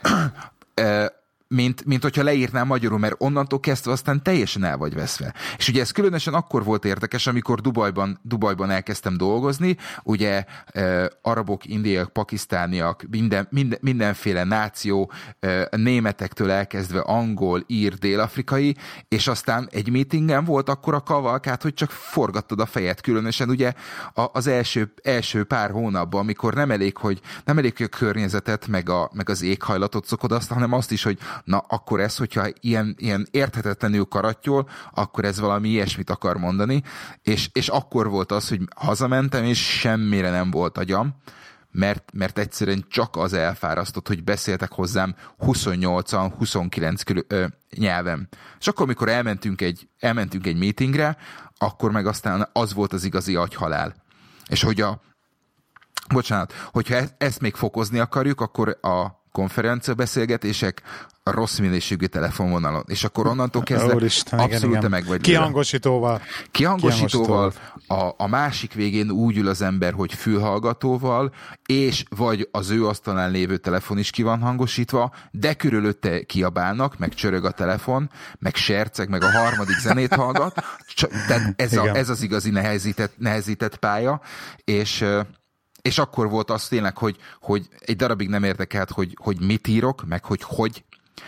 mint, mint hogyha leírnám magyarul, mert onnantól kezdve aztán teljesen el vagy veszve. És ugye ez különösen akkor volt érdekes, amikor Dubajban, Dubajban elkezdtem dolgozni, ugye eh, arabok, indiaiak, pakisztániak, minden, minden, mindenféle náció, eh, németektől elkezdve angol, ír, dél-afrikai, és aztán egy meetingen volt akkor a kavalkát, hogy csak forgattad a fejed, különösen ugye az első, első pár hónapban, amikor nem elég, hogy nem elég, hogy a környezetet, meg, a, meg az éghajlatot szokod azt, hanem azt is, hogy na, akkor ez, hogyha ilyen, ilyen érthetetlenül karattyol, akkor ez valami ilyesmit akar mondani, és, és akkor volt az, hogy hazamentem, és semmire nem volt agyam, mert, mert egyszerűen csak az elfárasztott, hogy beszéltek hozzám huszonnyolcan, huszonkilenc külön, ö, nyelven. És akkor, amikor elmentünk egy, elmentünk egy meetingre, akkor meg aztán az volt az igazi agyhalál. És hogy a bocsánat, hogyha ezt még fokozni akarjuk, akkor a konferenciabeszélgetések a rossz minőségű telefonvonalon. És akkor onnantól kezdve Úristen, abszolút igen, igen. meg vagy. Kihangosítóval. Kihangosítóval, a, a másik végén úgy ül az ember, hogy fülhallgatóval, és vagy az ő asztalán lévő telefon is ki van hangosítva, de körülötte kiabálnak, meg csörög a telefon, meg serceg, meg a harmadik zenét hallgat. Tehát ez, a, ez az igazi nehezített, nehezített pálya, és és akkor volt az tényleg, hogy, hogy egy darabig nem érdekelt, hogy, hogy mit írok, meg hogy hogy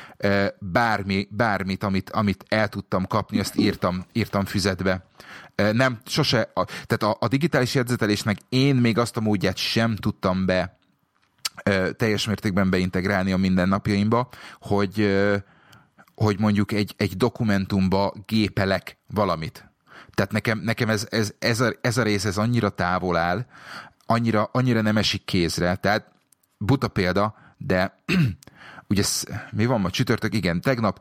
bármi, bármit, amit, amit el tudtam kapni, azt írtam, írtam füzetbe. Nem, sose, a, tehát a, a digitális jegyzetelésnek én még azt a módját sem tudtam be teljes mértékben beintegrálni a mindennapjaimba, hogy, hogy mondjuk egy, egy dokumentumba gépelek valamit. Tehát nekem, nekem ez, ez, ez, a, ez a rész ez annyira távol áll, Annyira, annyira nem esik kézre. Tehát buta példa, de ugye mi van ma csütörtök? Igen, tegnap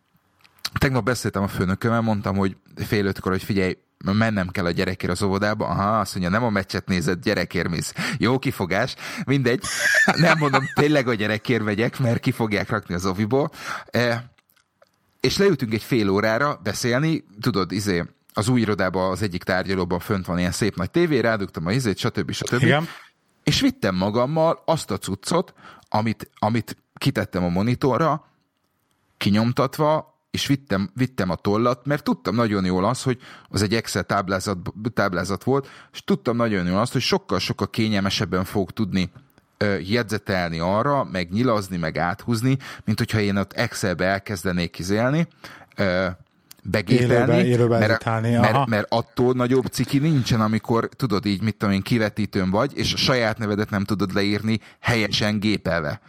tegnap beszéltem a főnökömmel, mondtam, hogy fél ötkor, hogy figyelj, mennem kell a gyerekért az óvodába. Aha, azt mondja, nem a meccset nézed, gyerekért mész. Jó kifogás, mindegy. Nem mondom, tényleg a gyerekért megyek, mert ki fogják rakni az oviból. E, és leültünk egy fél órára beszélni, tudod, izé, az új irodában, az egyik tárgyalóban fönt van ilyen szép nagy tévé, rádugtam a izét, stb. stb. Igen. És vittem magammal azt a cuccot, amit, amit kitettem a monitorra, kinyomtatva, és vittem, vittem a tollat, mert tudtam nagyon jól azt, hogy az egy Excel táblázat, táblázat volt, és tudtam nagyon jól azt, hogy sokkal-sokkal kényelmesebben fogok tudni ö, jegyzetelni arra, meg nyilazni, meg áthúzni, mint hogyha én ott Excelbe elkezdenék kizélni, ö, begépelni, élőbe, élőbe mert, mert, mert attól nagyobb ciki nincsen, amikor tudod így, mit tudom én, kivetítőn vagy, és a saját nevedet nem tudod leírni helyesen gépelve.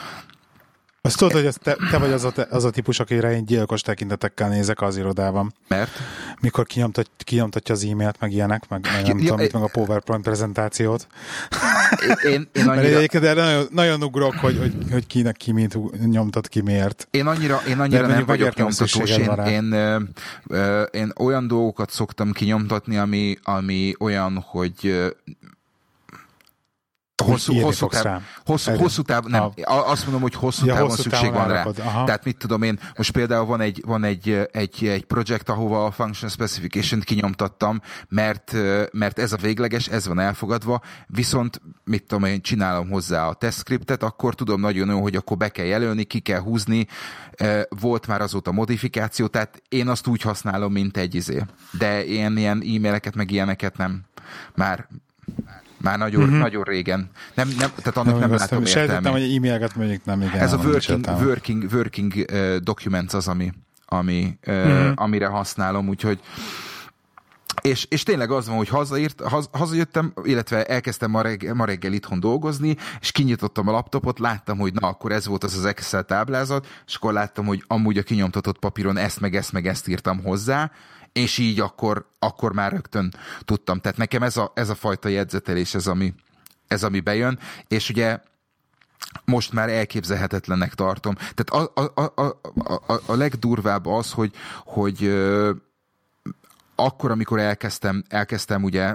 Azt tudod, hogy ez te, te vagy az a, az a típus, akire én gyilkos tekintetekkel nézek az irodában. Mert? Mikor kinyomtat, kinyomtatja az e-mailt, meg ilyenek, meg nem ja, tudom, mit, meg a PowerPoint prezentációt. Én, én annyira... Mert egyébként nagyon, nagyon ugrok, hogy, hogy, hogy kinek ki mint nyomtat, ki miért. Én annyira, én annyira nem vagyok nyomtatós. Én, én, én, én olyan dolgokat szoktam kinyomtatni, ami, ami olyan, hogy... Hosszú, hosszú, táv, hosszú, hosszú táv, nem, azt mondom, hogy hosszú ja, távon hosszú szükség van rá. Tehát mit tudom én, most például van egy, van egy, egy, egy projekt, ahova a function specification-t kinyomtattam, mert, mert ez a végleges, ez van elfogadva, viszont mit tudom én, csinálom hozzá a test scriptet, akkor tudom nagyon jó, hogy akkor be kell jelölni, ki kell húzni, volt már azóta modifikáció, tehát én azt úgy használom, mint egy izé. De ilyen, ilyen e-maileket, meg ilyeneket nem. Már Már nagyon, uh-huh. nagyon régen. Nem, nem, tehát annak nem, nem látom értelmét. Sejtettem, hogy e-maileket mondjuk nem igen. Ez a working, working, working uh, documents az, ami, ami, uh, uh-huh. amire használom, úgyhogy és, és tényleg az van, hogy hazaírt, haz, hazajöttem, illetve elkezdtem ma reggel, ma reggel itthon dolgozni, és kinyitottam a laptopot, láttam, hogy na, akkor ez volt az az Excel táblázat, és akkor láttam, hogy amúgy a kinyomtatott papíron ezt, meg ezt, meg ezt írtam hozzá, és így akkor, akkor már rögtön tudtam. Tehát nekem ez a, ez a fajta jegyzetelés, ez ami, ez ami bejön, és ugye most már elképzelhetetlennek tartom. Tehát a, a, a, a, a legdurvább az, hogy, hogy ö, akkor, amikor elkezdtem, elkezdtem ugye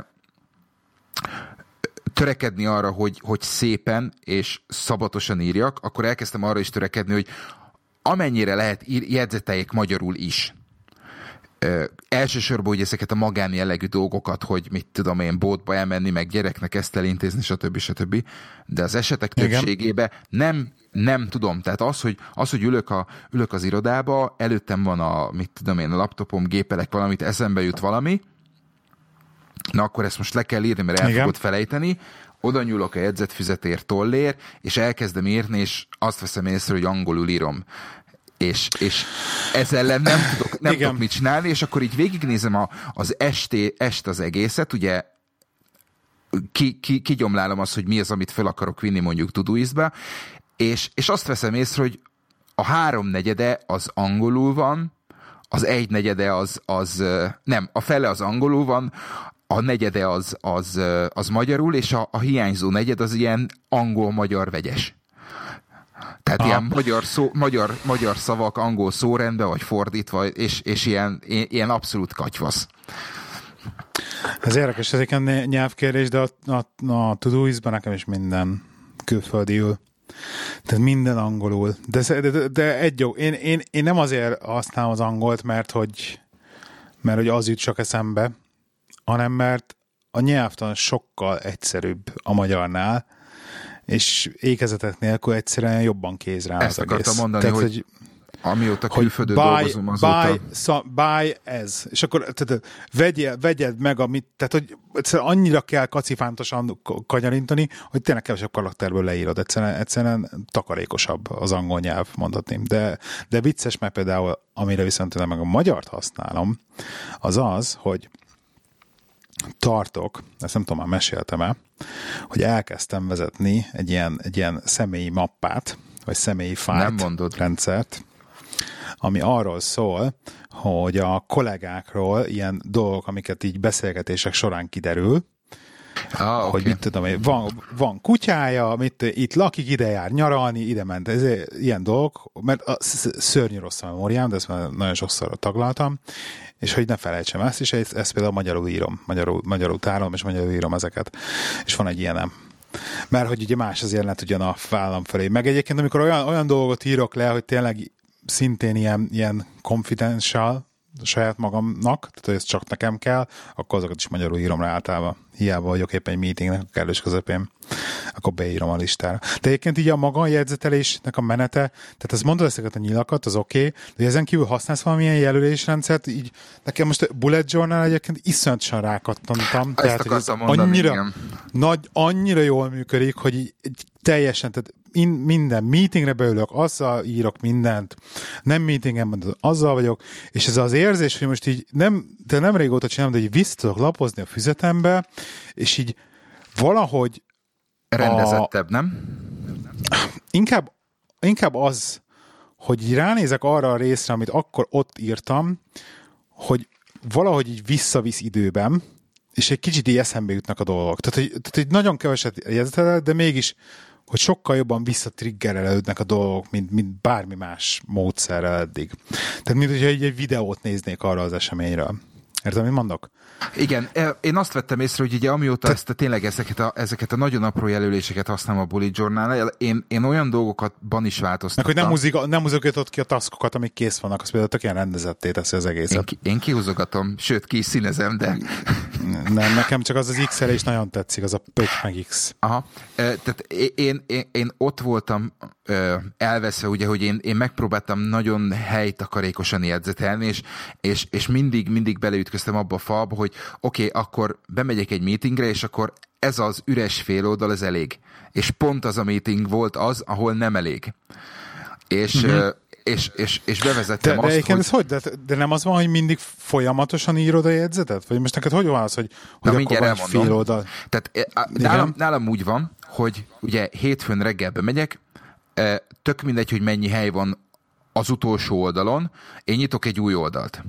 törekedni arra, hogy, hogy szépen és szabatosan írjak, akkor elkezdtem arra is törekedni, hogy amennyire lehet ír, jegyzeteljek magyarul is. Ö, elsősorban hogy ezeket a magánjellegű dolgokat, hogy mit tudom én, boltba elmenni, meg gyereknek ezt elintézni, stb. stb. De az esetek többségében nem, nem tudom. Tehát az, hogy, az, hogy ülök, a, ülök az irodába, előttem van a, mit tudom én, a laptopom, gépelek valamit, eszembe jut valami, na akkor ezt most le kell írni, mert el fogod felejteni, oda nyúlok a jegyzetfüzetér tollér, és elkezdem írni, és azt veszem észre, hogy angolul írom. És, és ezzel ellen nem tudok, nem tudok mit csinálni, és akkor így végignézem a, az esté, est az egészet, ugye ki, ki, kigyomlálom azt, hogy mi az, amit fel akarok vinni mondjuk Todoistbe, és, és azt veszem észre, hogy a háromnegyede az angolul van, az egynegyede az, az nem, a fele az angolul van, a negyede az, az, az magyarul, és a, a hiányzó negyed az ilyen angol-magyar vegyes. Tehát Aha. ilyen magyar, szó, magyar, magyar szavak angol szórendbe, vagy fordítva, és, és ilyen, ilyen abszolút katyvasz. Ez érdekes, ez egy nyelvkérdés, de a, a, a Todoistban nekem is minden külföldiül. Tehát minden angolul. De, de, de egy jó, én, én, én nem azért használom az angolt, mert hogy, mert hogy az jut csak eszembe, hanem mert a nyelvtan sokkal egyszerűbb a magyarnál, és ékezetek nélkül egyszerűen jobban kéz rá Ezt az akartam egész. mondani, tehát, hogy, hogy amióta külföldön dolgozom azóta. Buy, so, buy ez. És akkor tehát, vegyed, vegyed meg, amit, tehát hogy egyszerűen annyira kell kacifántosan kanyarintani, hogy tényleg kevesebb karakterből leírod. Egyszerűen, egyszerűen takarékosabb az angol nyelv, mondhatném. De, de vicces, mert például, amire viszont én meg a magyart használom, az az, hogy tartok, ezt nem tudom, már meséltem el, hogy elkezdtem vezetni egy ilyen, egy ilyen személyi mappát, vagy személyi fájlt rendszert, ami arról szól, hogy a kollégákról ilyen dolgok, amiket így beszélgetések során kiderül, ah, okay. hogy mit tudom, van, van kutyája, mit, itt lakik, ide jár nyaralni, ide ment, ez ilyen dolgok, mert a szörnyű rossz a memóriám, de ezt már nagyon sokszor taglaltam, és hogy ne felejtsem ezt, és ezt, ezt például magyarul írom, magyarul, magyarul tárolom, és magyarul írom ezeket. És van egy ilyenem. Mert hogy ugye más az jelenet ugyan a vállam felé. Meg egyébként, amikor olyan, olyan dolgot írok le, hogy tényleg szintén ilyen, ilyen confidential saját magamnak, tehát hogy ez csak nekem kell, akkor azokat is magyarul írom rá általában. Hiába vagyok éppen egy meetingnek a kellős közepén, akkor beírom a listára. De egyébként így a maga a jegyzetelésnek a menete, tehát ezt mondod ezeket a nyilakat, az oké, okay, de ezen kívül használsz valamilyen jelölésrendszert, így nekem most a bullet journal egyébként iszonyatosan rákattantam. Ezt tehát, akartam mondani, annyira, igen. Nagy, annyira jól működik, hogy így, így teljesen, tehát in, minden meetingre beülök, azzal írok mindent, nem meetingemben, azzal vagyok, és ez az érzés, hogy most így nem, de nem régóta csinálom, de így vissza tudok lapozni a füzetembe, és így valahogy rendezettebb, a, nem? Inkább, inkább az, hogy így ránézek arra a részre, amit akkor ott írtam, hogy valahogy így visszavisz időben, és egy kicsit így eszembe jutnak a dolgok. Tehát, hogy, tehát, hogy nagyon keveset jegyzetelek, de mégis, hogy sokkal jobban visszatriggerelődnek a dolgok, mint, mint bármi más módszerrel eddig. Tehát, mint hogyha egy, egy videót néznék arra az eseményről. Érted, mit mondok? Igen, én azt vettem észre, hogy ugye amióta Te... ezt a, tényleg ezeket a, ezeket a nagyon apró jelöléseket használom a bullet journal, én, én olyan dolgokatban is változtattam. Meg, hogy nem, muzika, nem muzikáltad ki a taskokat, amik kész vannak, az például tök ilyen rendezetté teszi az egészet. Én, én kihúzogatom, sőt ki is színezem, de... Nem, nekem csak az az X-elés nagyon tetszik, az a pöty meg X. Aha, tehát én, én, én ott voltam elveszve, ugye, hogy én, én megpróbáltam nagyon helytakarékosan jegyzetelni, és, és, és mindig, mindig beleütköztem abba a falba, hogy oké, okay, akkor bemegyek egy meetingre, és akkor ez az üres fél oldal az elég. És pont az a meeting volt az, ahol nem elég. És... Mm-hmm. És, és, és bevezettem de, azt, de hogy... Ez hogy? De, de nem az van, hogy mindig folyamatosan írod a jegyzetet? Vagy most neked hogy van az, hogy, hogy Na, akkor van fél oldal? Tehát nálam, nálam úgy van, hogy ugye hétfőn reggel bemegyek, tök mindegy, hogy mennyi hely van az utolsó oldalon, én nyitok egy új oldalt.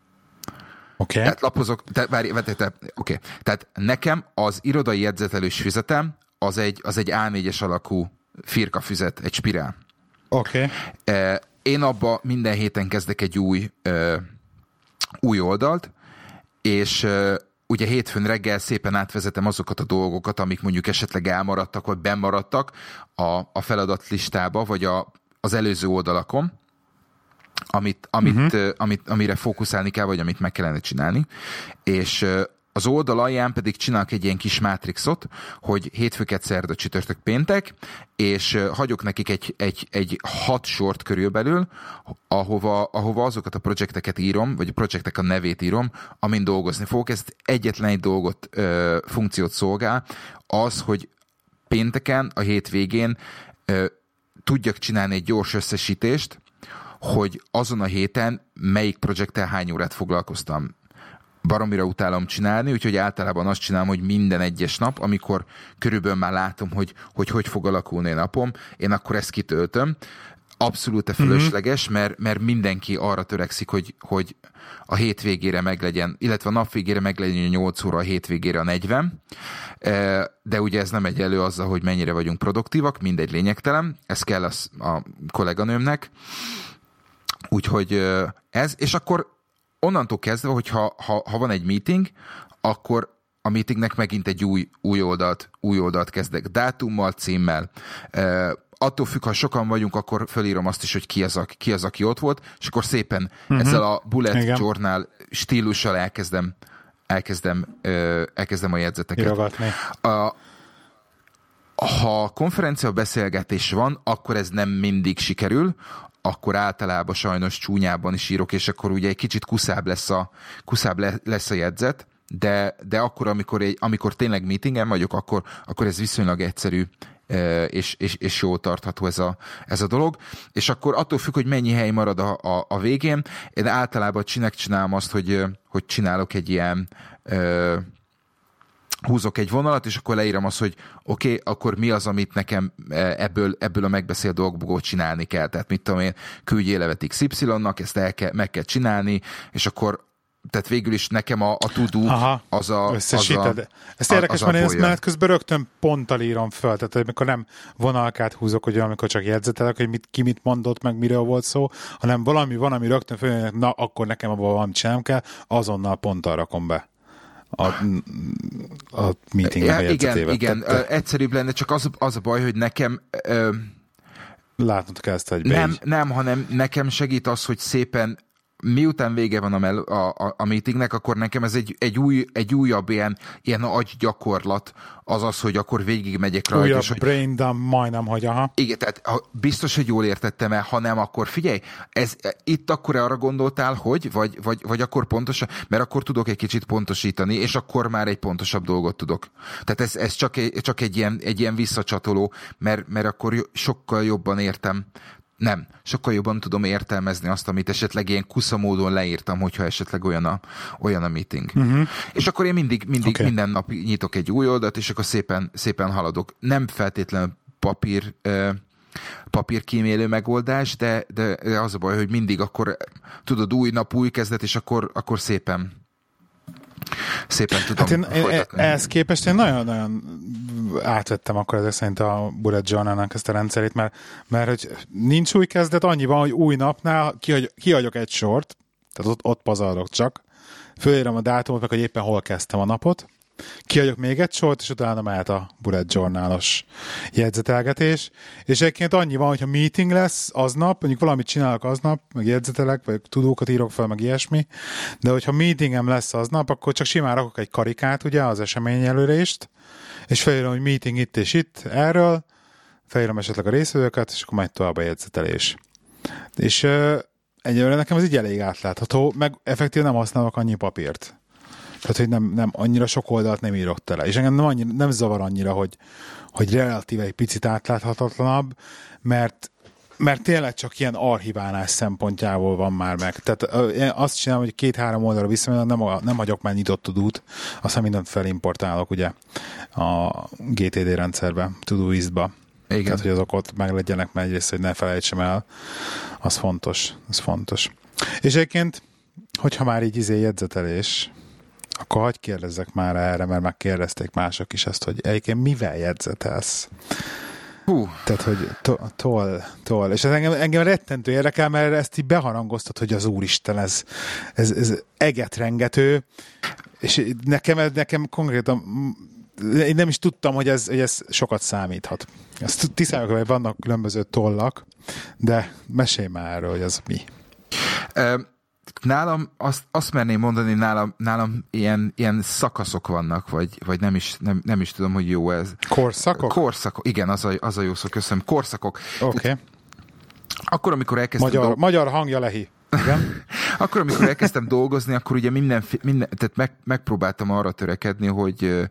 Oké. Okay. Tehát lapozok, tehát, várj, várj, tehát, okay. Tehát nekem az irodai jegyzetelős füzetem az egy, az egy á négyes alakú firkafüzet, egy spirál. Oké. Okay. Én abba minden héten kezdek egy új, ö, új oldalt, és ö, ugye hétfőn reggel szépen átvezetem azokat a dolgokat, amik mondjuk esetleg elmaradtak, vagy bennmaradtak a, a feladatlistába, vagy a, az előző oldalakon, amit, amit, uh-huh. ö, amit, amire fókuszálni kell, vagy amit meg kellene csinálni. És ö, az oldal alján pedig csinálok egy ilyen kis mátrixot, hogy hétfőket, szerda, csütörtök, péntek, és hagyok nekik egy, egy, egy hat sort körülbelül, ahova, ahova azokat a projekteket írom, vagy a projektek a nevét írom, amin dolgozni fogok. Ez egyetlen egy dolgot, ö, funkciót szolgál, az, hogy pénteken, a hétvégén ö, tudjak csinálni egy gyors összesítést, hogy azon a héten melyik projekttel hány órát foglalkoztam. Baromira utálom csinálni, úgyhogy általában azt csinálom, hogy minden egyes nap, amikor körülbelül már látom, hogy hogy, hogy fog alakulni a napom, én akkor ezt kitöltöm. Abszolút fölösleges, mm-hmm. mert, mert mindenki arra törekszik, hogy, hogy a hétvégére meglegyen, illetve a nap végére meglegyen a nyolc óra, a hétvégére a negyven, de ugye ez nem egyenlő azzal, hogy mennyire vagyunk produktívak, mindegy, lényegtelen, ez kell az, a kolléganőmnek. Úgyhogy ez, és akkor onnantól kezdve, hogy ha, ha, ha van egy meeting, akkor a meetingnek megint egy új, új, oldalt, új oldalt kezdek. Dátummal, címmel. E, attól függ, ha sokan vagyunk, akkor fölírom azt is, hogy ki az, a, ki az aki ott volt, és akkor szépen uh-huh. ezzel a bullet Igen. journal stílussal elkezdem, elkezdem, ö, elkezdem a jegyzeteket. Írogatni. A, ha konferencia beszélgetés van, akkor ez nem mindig sikerül, akkor általában sajnos csúnyában is írok, és akkor ugye egy kicsit kuszább lesz a, kuszább lesz a jegyzet, de, de akkor, amikor, egy, amikor tényleg meetingen vagyok, akkor, akkor ez viszonylag egyszerű, és, és, és jól tartható ez a, ez a dolog. És akkor attól függ, hogy mennyi hely marad a, a, a végén, én általában csinek csinálom azt, hogy, hogy csinálok egy ilyen húzok egy vonalat, és akkor leírom azt, hogy oké, okay, akkor mi az, amit nekem ebből, ebből a megbeszélt dolgokból csinálni kell. Tehát mit tudom én, küldjél levet iksz ipszilonnak, ezt el kell, meg kell csinálni, és akkor tehát végül is nekem a, a to-do Aha, az a... összesíted. Az a ezt érdekes, mert én ezt menet közben rögtön ponttal írom föl, tehát amikor nem vonalkát húzok, hogy amikor csak jegyzetelek, hogy mit, ki mit mondott, meg miről volt szó, hanem valami van, ami rögtön föl, na akkor nekem abban valamit csinálnom kell, azonnal ponttal rakom be a, a meeting ja, igen, igen. Te, egyszerűbb lenne, csak az, az a baj, hogy nekem ö, látnod kell ezt egy nem, nem, hanem nekem segít az, hogy szépen miután vége van a, mel, a, a, a meetingnek, akkor nekem ez egy, egy, új, egy újabb ilyen, ilyen agygyakorlat, az az, hogy akkor végig megyek rajta. Újabb és, brain dump, majdnem, hogy aha. Igen, tehát ha, biztos, hogy jól értettem el, ha nem, akkor figyelj, ez, itt akkor arra gondoltál, hogy, vagy, vagy, vagy akkor pontosan, mert akkor tudok egy kicsit pontosítani, és akkor már egy pontosabb dolgot tudok. Tehát ez, ez csak, egy, csak egy, ilyen, egy ilyen visszacsatoló, mert, mert akkor sokkal jobban értem, Nem, sokkal jobban tudom értelmezni azt, amit esetleg ilyen kusza módon leírtam, hogyha esetleg olyan a, olyan a meeting. Uh-huh. És akkor én mindig, mindig okay. minden nap nyitok egy új oldalt, és akkor szépen, szépen haladok. Nem feltétlenül papír, uh, papír kímélő megoldás, de, de, de az a baj, hogy mindig akkor tudod, új nap, új kezdet, és akkor, akkor szépen szépen tudom hát én, folytatni. Ehhez képest én nagyon-nagyon átvettem akkor ezek szerint a bullet journal-nak ezt a rendszerét, mert, mert hogy nincs új kezdet, annyi van, hogy új napnál kihagy, kihagyok egy sort, tehát ott, ott pazarlok csak, fölírom a dátumot, meg hogy éppen hol kezdtem a napot, kiadjuk még egy sort, és utána mehet a bullet journalos jegyzetelgetés. És egyébként annyi van, hogyha meeting lesz aznap, mondjuk valamit csinálok aznap, meg jegyzetelek, vagy tudókat írok fel, meg ilyesmi, de hogyha meetingem lesz aznap, akkor csak simán rakok egy karikát, ugye, az eseményjelölést, és felírom, hogy meeting itt és itt erről, felírom esetleg a részvevőket, és akkor megy tovább a jegyzetelés. És uh, egyelőre nekem ez így elég átlátható, meg effektív nem használok annyi papírt. Tehát, hogy nem, nem annyira sok oldalt nem írok tele. És engem nem, annyira, nem zavar annyira, hogy, hogy relatíve egy picit átláthatatlanabb, mert, mert tényleg csak ilyen archiválás szempontjából van már meg. Tehát én azt csinálom, hogy két-három oldalra visszamegyek, nem, nem hagyok már nyitott tudót, aztán mindent felimportálok ugye a gé té dé rendszerbe, Todoist-ba. Igen. Tehát, hogy azok ott meg legyenek, mert egyrészt, hogy ne felejtsem el, az fontos. Az fontos. És egyébként, hogyha már így izé jegyzetelés, akkor hagyj kérdezzek már erre, mert már kérdezték mások is ezt, hogy egyébként mivel jegyzetelsz? Hú. Tehát, hogy to- toll, toll. És ez engem, engem rettentő érdekel, mert ezt így beharangoztat, hogy az Úristen, ez, ez, ez egetrengető, és nekem, nekem konkrétan én nem is tudtam, hogy ez, hogy ez sokat számíthat. Ezt tisztában, hogy vannak különböző tollak, de mesélj már erről, hogy az mi. Um. Nálam azt, azt merném mondani, nálam, nálam ilyen, ilyen szakaszok vannak, vagy, vagy nem, is, nem, nem is tudom, hogy jó ez. Korszakok? Korszakok, igen, az a, az a jó szó, köszönöm. Korszakok. Oké. Okay. Akkor, amikor elkezdtem... Magyar, dolg... magyar hangja Lehi. Igen. Akkor, amikor elkezdtem dolgozni, akkor ugye minden, minden tehát meg, megpróbáltam arra törekedni, hogy,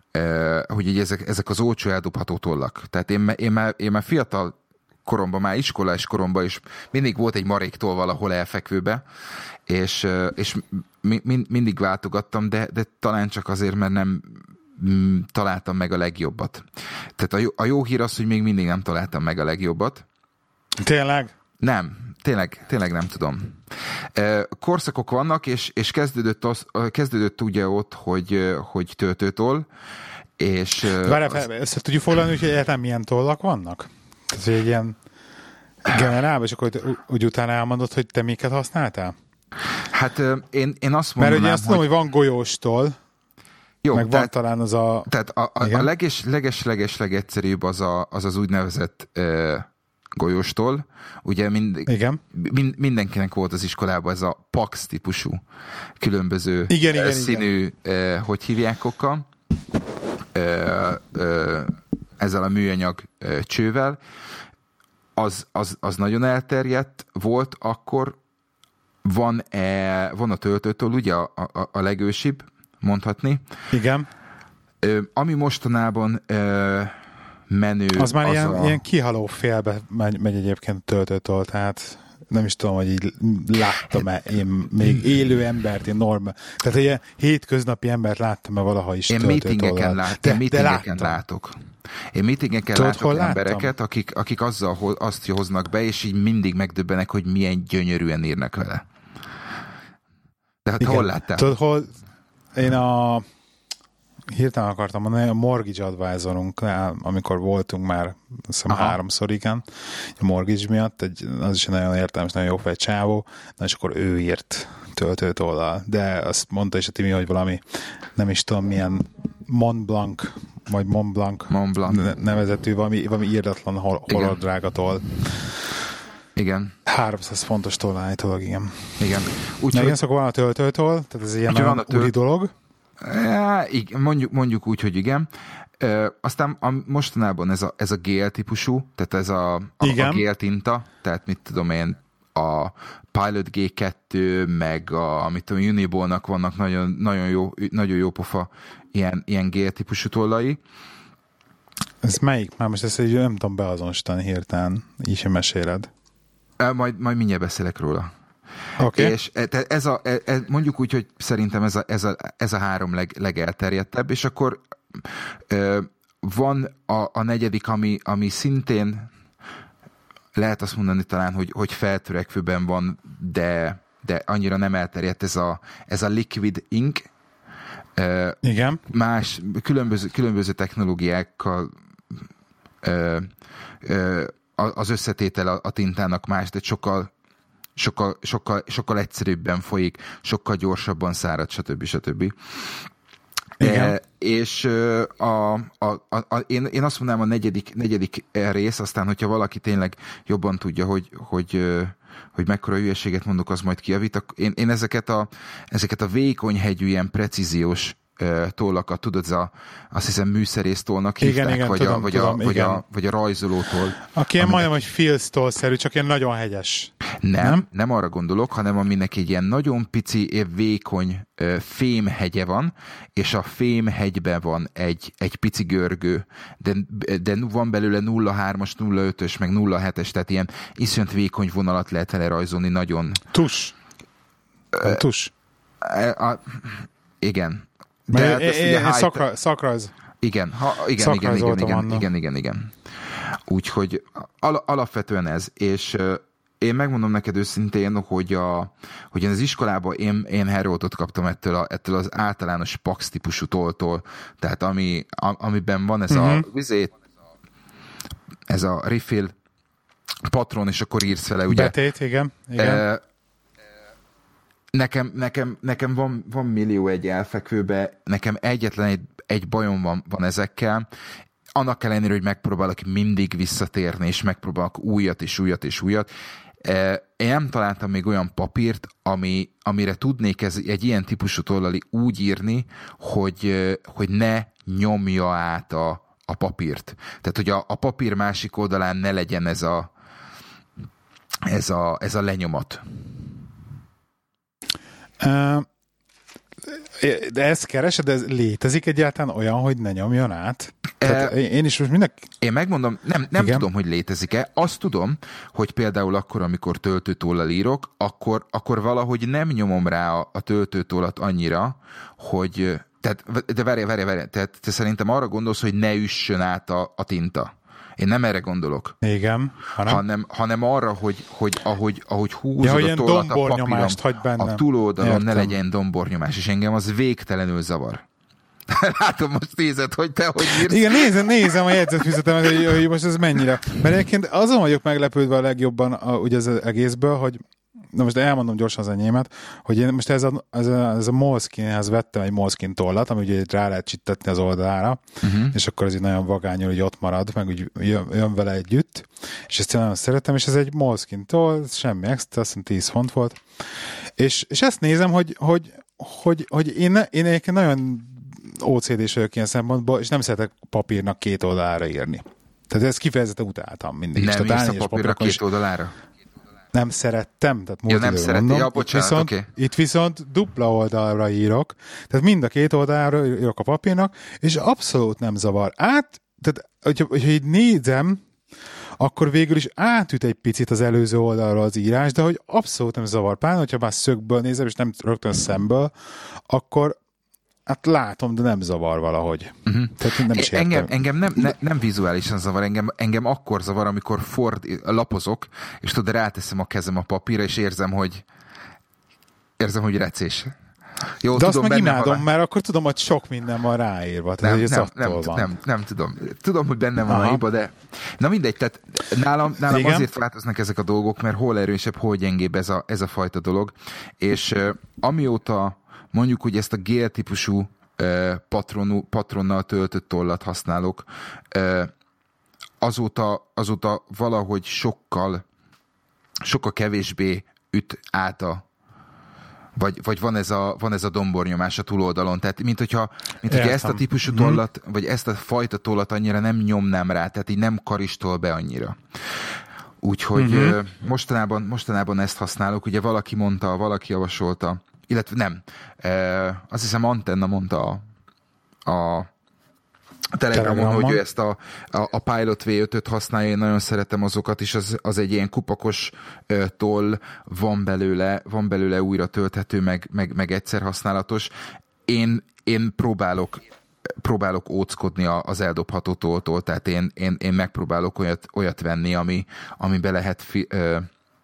eh, hogy ezek, ezek az olcsó eldobható tollak. Tehát én, én, már, én már fiatal koromban, már iskolás koromban is mindig volt egy maréktól valahol elfekvőbe, és, és mi, mindig váltogattam, de, de talán csak azért, mert nem mm, találtam meg a legjobbat. Tehát a jó, a jó hír az, hogy még mindig nem találtam meg a legjobbat. Tényleg? Nem, tényleg, tényleg nem tudom. Korszakok vannak, és, és kezdődött, az, kezdődött ugye ott, hogy, hogy töltőtoll, és... Várj, az... ezt tudjuk foglalni, hogy egyáltalán milyen tollak vannak? Tehát, hogy egy ilyen generálban, és akkor úgy utána elmondod, hogy te miket használtál? Hát én, én azt mondanám, mert ugye azt hogy... tudom, hogy van golyóstól, jó, meg tehát, van talán az a... Tehát a, a, a leges, leges, leges, legegyszerűbb az az, az, az úgynevezett uh, golyóstól. Ugye mind, igen. Mind, mindenkinek volt az iskolában ez a Pax típusú különböző igen, igen, színű, igen. Uh, hogy hívják okkal, uh, uh, ezzel a műanyag uh, csővel. Az, az, az nagyon elterjedt volt akkor. Van-e, van a töltőtől, ugye a, a, a legősibb, mondhatni. Igen. Ö, ami mostanában ö, menő... Az már az ilyen, a... ilyen kihaló félbe megy, megy egyébként töltőtől, tehát nem is tudom, hogy így láttam-e én még élő embert, én normál. Tehát ilyen hétköznapi embert láttam-e valaha is én töltőtől. Meetingeken, lát, de, én meetingeken de látok. Én meetingeken Tudod, látok embereket, akik, akik azzal azt hoznak be, és így mindig megdöbbenek, hogy milyen gyönyörűen írnak vele. Tehát hol láttál? Tudod, hol én a hirtelen akartam mondani, a Mortgage Advisorunknál, amikor voltunk már, azt hiszem háromszor, igen, a mortgage miatt, egy, az is egy nagyon értelmes, nagyon jó fej csávó, na és akkor ő írt töltőtollal, de azt mondta is a Timi, hogy valami, nem is tudom milyen Mont Blanc, vagy Mont Blanc, Mont Blanc. nevezetű, valami, valami írdatlan hol, hololdrágatól. Igen. háromszáz fontos toll állítólag, igen. Igen. Úgy, igen, szóval van a töltőtoll, tehát ez ilyen olyan úri tölt... dolog. É, igen, mondjuk, mondjuk úgy, hogy igen. E, aztán a, mostanában ez a, ez a gél típusú, tehát ez a, a, a gél tinta, tehát mit tudom én, a Pilot gé kettő, meg a, mit tudom, Unibolnak vannak nagyon, nagyon, jó, nagyon jó pofa ilyen, ilyen gél típusú tollai. Ez melyik? Már most ezt egy nem tudom beazonosítani hirtelen, így sem meséled. Majd, majd mindjárt beszélek róla. Okay. És ez a, ez, mondjuk úgy, hogy szerintem ez a, ez a, ez a három leg, legelterjedtebb, és akkor van a, a negyedik, ami, ami szintén lehet azt mondani talán, hogy, hogy feltörekvőben van, de, de annyira nem elterjedt, ez a, ez a Liquid Ink. Igen. Más, különböző, különböző technológiákkal ö, ö, az összetétel a, a tintának más, de sokkal, sokkal, sokkal, sokkal egyszerűbben folyik, sokkal gyorsabban szárad, stb. stb. E, és a, a, a, a, én, én azt mondanám a negyedik, negyedik rész, aztán, hogyha valaki tényleg jobban tudja, hogy, hogy, hogy mekkora hülyeséget mondok, az majd kijavít. Én, én ezeket a, ezeket a vékony hegyű, ilyen precíziós tollakat, tudod, az a, azt hiszem műszerésztollnak hívták, igen, igen, vagy, tudom, a, vagy, tudom, a, vagy, a, vagy a rajzolótoll. Aki ilyen majdnem, hogy filztoll-szerű, csak ilyen nagyon hegyes. Nem, nem, nem arra gondolok, hanem aminek egy ilyen nagyon pici, vékony fémhegye van, és a fémhegyben van egy, egy pici görgő, de, de van belőle nulla hármas, nulla ötös, meg nulla hetes, tehát ilyen iszonyat vékony vonalat lehet vele rajzolni, nagyon... Tus. Uh, Tus. A, a, igen. De hát é, é, high... szakra, szakrajz. Igen, ha, igen, igen, igen, igen, igen, igen, igen. Úgyhogy al- alapvetően ez, és uh, én megmondom neked őszintén, hogy, a, hogy én az iskolában én, én Heroldot kaptam ettől, a, ettől az általános Pax típusú tolltól, tehát ami, a, amiben van ez uh-huh. a vizét, ez a refill patron, és akkor írsz vele, ugye? Betét, igen. igen. Uh, Nekem, nekem, nekem van, van millió egy elfekvőbe, nekem egyetlen egy, egy bajom van, van ezekkel, annak ellenére, hogy megpróbálok mindig visszatérni, és megpróbálok újat, és újat, és újat. Én nem találtam még olyan papírt, ami, amire tudnék ez, egy ilyen típusú tollal úgy írni, hogy, hogy ne nyomja át a, a papírt. Tehát, hogy a, a papír másik oldalán ne legyen ez a, ez a, ez a lenyomat. Uh, de ezt keresed, de ez létezik egyáltalán olyan, hogy ne nyomjon át? Tehát én is most mindenki... Én megmondom, nem, nem tudom, hogy létezik-e. Azt tudom, hogy például akkor, amikor töltőtollal írok, akkor, akkor valahogy nem nyomom rá a, a töltőtollat annyira, hogy... Tehát, de várj, várj, várj. Tehát te szerintem arra gondolsz, hogy ne üssön át a, a tinta. Én nem erre gondolok. Igen. Hanem, hanem, hanem arra, hogy, hogy ahogy, ahogy húzod ja, a tollat a papíron, a túloldalon Értem. ne legyen dombornyomás, és engem az végtelenül zavar. Látom, most nézed, hogy te hogy írsz. Igen, nézem, nézem a jegyzetfüzetemet, hogy, hogy most ez mennyire. Mert egyébként azon vagyok meglepődve a legjobban a, ugye az egészből, hogy na most elmondom gyorsan az enyémet, hogy én most ez a, ez a, ez a Moleskine-hez vettem egy Moleskine tollat, ami ugye rá lehet csittetni az oldalára, uh-huh. és akkor ez így nagyon vagányul, hogy ott marad, meg úgy jön, jön vele együtt, és ezt én nagyon szeretem, és ez egy Moleskine toll, semmi extra, azt hiszem tíz font volt, és, és ezt nézem, hogy, hogy, hogy, hogy én, én egyébként nagyon ó cé dés vagyok ilyen szempontból, és nem szeretek papírnak két oldalára írni. Tehát ezt kifejezetten utáltam mindig. Nem írsz a papírnak két oldalára? Nem szerettem, tehát múlt ja, nem szerettem, ja, bocsánat, itt viszont, okay. itt viszont dupla oldalra írok, tehát mind a két oldalra írok a papírnak, és abszolút nem zavar. Át, tehát hogyha, hogyha így nézem, akkor végül is átüt egy picit az előző oldalra az írás, de hogy abszolút nem zavar. Pár, hogyha már szögből nézem, és nem rögtön szemből, akkor hát látom, de nem zavar valahogy. Uh-huh. Tehát nem is engem, engem nem, ne, nem vizuálisan zavar, engem, engem akkor zavar, amikor ford, lapozok, és tudod, ráteszem a kezem a papírra, és érzem, hogy érzem, hogy recés. Jó, de tudom, azt meg imádom, van... mert akkor tudom, hogy sok minden van ráírva. Tehát, nem, nem, nem, van. nem, nem tudom. Tudom, hogy benne van Aha. a hiba, de na mindegy, tehát nálam, nálam azért változnak ezek a dolgok, mert hol erősebb, hol gyengébb ez a, ez a fajta dolog, és uh, amióta mondjuk, hogy ezt a gél-típusú uh, patronú, patronnal töltött tollat használok, uh, azóta, azóta valahogy sokkal sokkal kevésbé üt át a vagy, vagy van, ez a, van ez a dombornyomás a túloldalon. Tehát, mint hogyha, mint hogyha ezt a típusú tollat, vagy ezt a fajta tollat annyira nem nyomnám rá, tehát így nem karistol be annyira. Úgyhogy uh-huh. mostanában, mostanában ezt használok. Ugye valaki mondta, valaki javasolta, illetve nem. Azt hiszem Antenna mondta a, a Telegramon, Telegramon, hogy ő ezt a, a, a Pilot vé ötöt használja, én nagyon szeretem azokat, és az, az egy ilyen kupakos uh, toll, van belőle, van belőle újra tölthető, meg, meg, meg egyszer használatos. Én, én próbálok próbálok óckodni az eldobható tolltól, tehát én, én, én megpróbálok olyat, olyat venni, ami, amibe lehet fi, ö,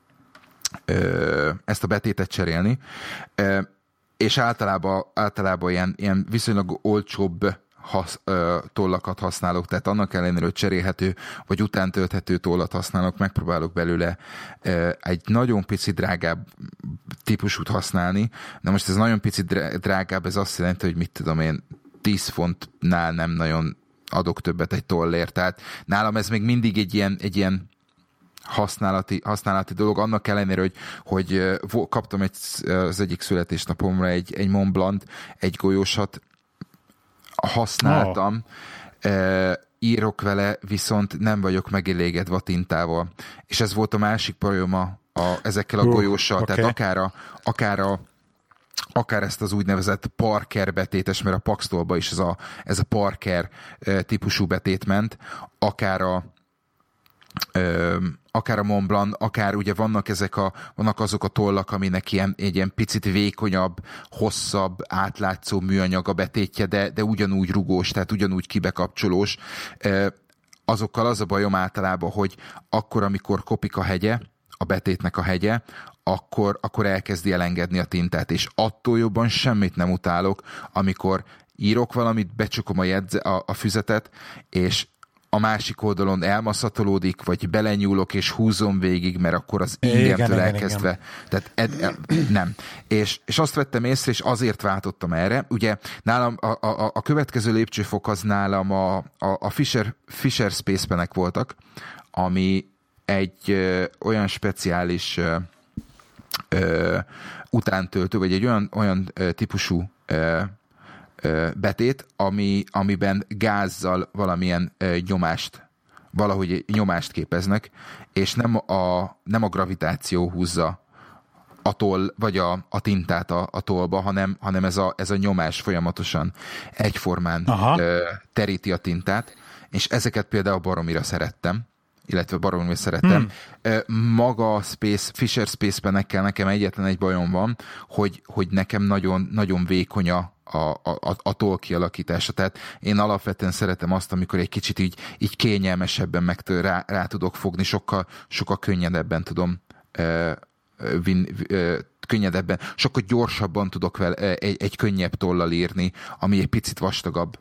ö, ezt a betétet cserélni, ö, és általában, általában ilyen, ilyen viszonylag olcsóbb hasz, ö, tollakat használok, tehát annak ellenére, hogy cserélhető vagy utántölthető tollat használok, megpróbálok belőle ö, egy nagyon pici drágább típusút használni. Na most ez nagyon pici drágább, ez azt jelenti, hogy mit tudom én, tíz fontnál nem nagyon adok többet egy tollért. Tehát nálam ez még mindig egy ilyen, egy ilyen használati, használati dolog, annak ellenére, hogy, hogy kaptam egy, az egyik születésnapomra egy, egy Mont Blanc, egy golyósat, használtam, oh. e, írok vele, viszont nem vagyok megelégedve a tintával. És ez volt a másik bajom a, a, ezekkel a uh, golyóssal, okay. Tehát akár a, akár a akár ezt az úgynevezett Parker betétes, mert a Paxtolba is ez a, ez a Parker típusú betét ment, akár a Ö, akár a Mont Blanc, akár ugye vannak ezek a, vannak azok a tollak, aminek ilyen, egy ilyen picit vékonyabb, hosszabb, átlátszó műanyag a betétje, de, de ugyanúgy rugós, tehát ugyanúgy kibekapcsolós. Ö, azokkal az a bajom általában, hogy akkor, amikor kopik a hegye, a betétnek a hegye, akkor, akkor elkezdi elengedni a tintát, és attól jobban semmit nem utálok, amikor írok valamit, becsukom a, jegyze, a, a füzetet, és a másik oldalon elmaszatolódik, vagy belenyúlok és húzom végig, mert akkor az ingemtől elkezdve. Igen. Tehát ed, nem. És, és azt vettem észre, és azért váltottam erre. Ugye nálam a, a, a következő lépcsőfok az nálam a, a, a Fisher, Fisher Space Penek voltak, ami egy ö, olyan speciális ö, ö, utántöltő, vagy egy olyan, olyan ö, típusú ö, betét, ami, amiben gázzal valamilyen nyomást, valahogy nyomást képeznek, és nem a, nem a gravitáció húzza a toll, vagy a, a tintát a, a tollba, hanem, hanem ez, a, ez a nyomás folyamatosan egyformán ö, teríti a tintát, és ezeket például baromira szerettem, illetve baromira szerettem. Hmm. Maga a Space, Fisher Space Penekkel nekem egyetlen egy bajom van, hogy, hogy nekem nagyon, nagyon vékony a A, a, a toll kialakítása. Tehát én alapvetően szeretem azt, amikor egy kicsit így, így kényelmesebben meg rá, rá tudok fogni, sokkal, sokkal könnyedebben tudom uh, vin, uh, könnyedebben, sokkal gyorsabban tudok vele egy, egy könnyebb tollal írni, ami egy picit vastagabb.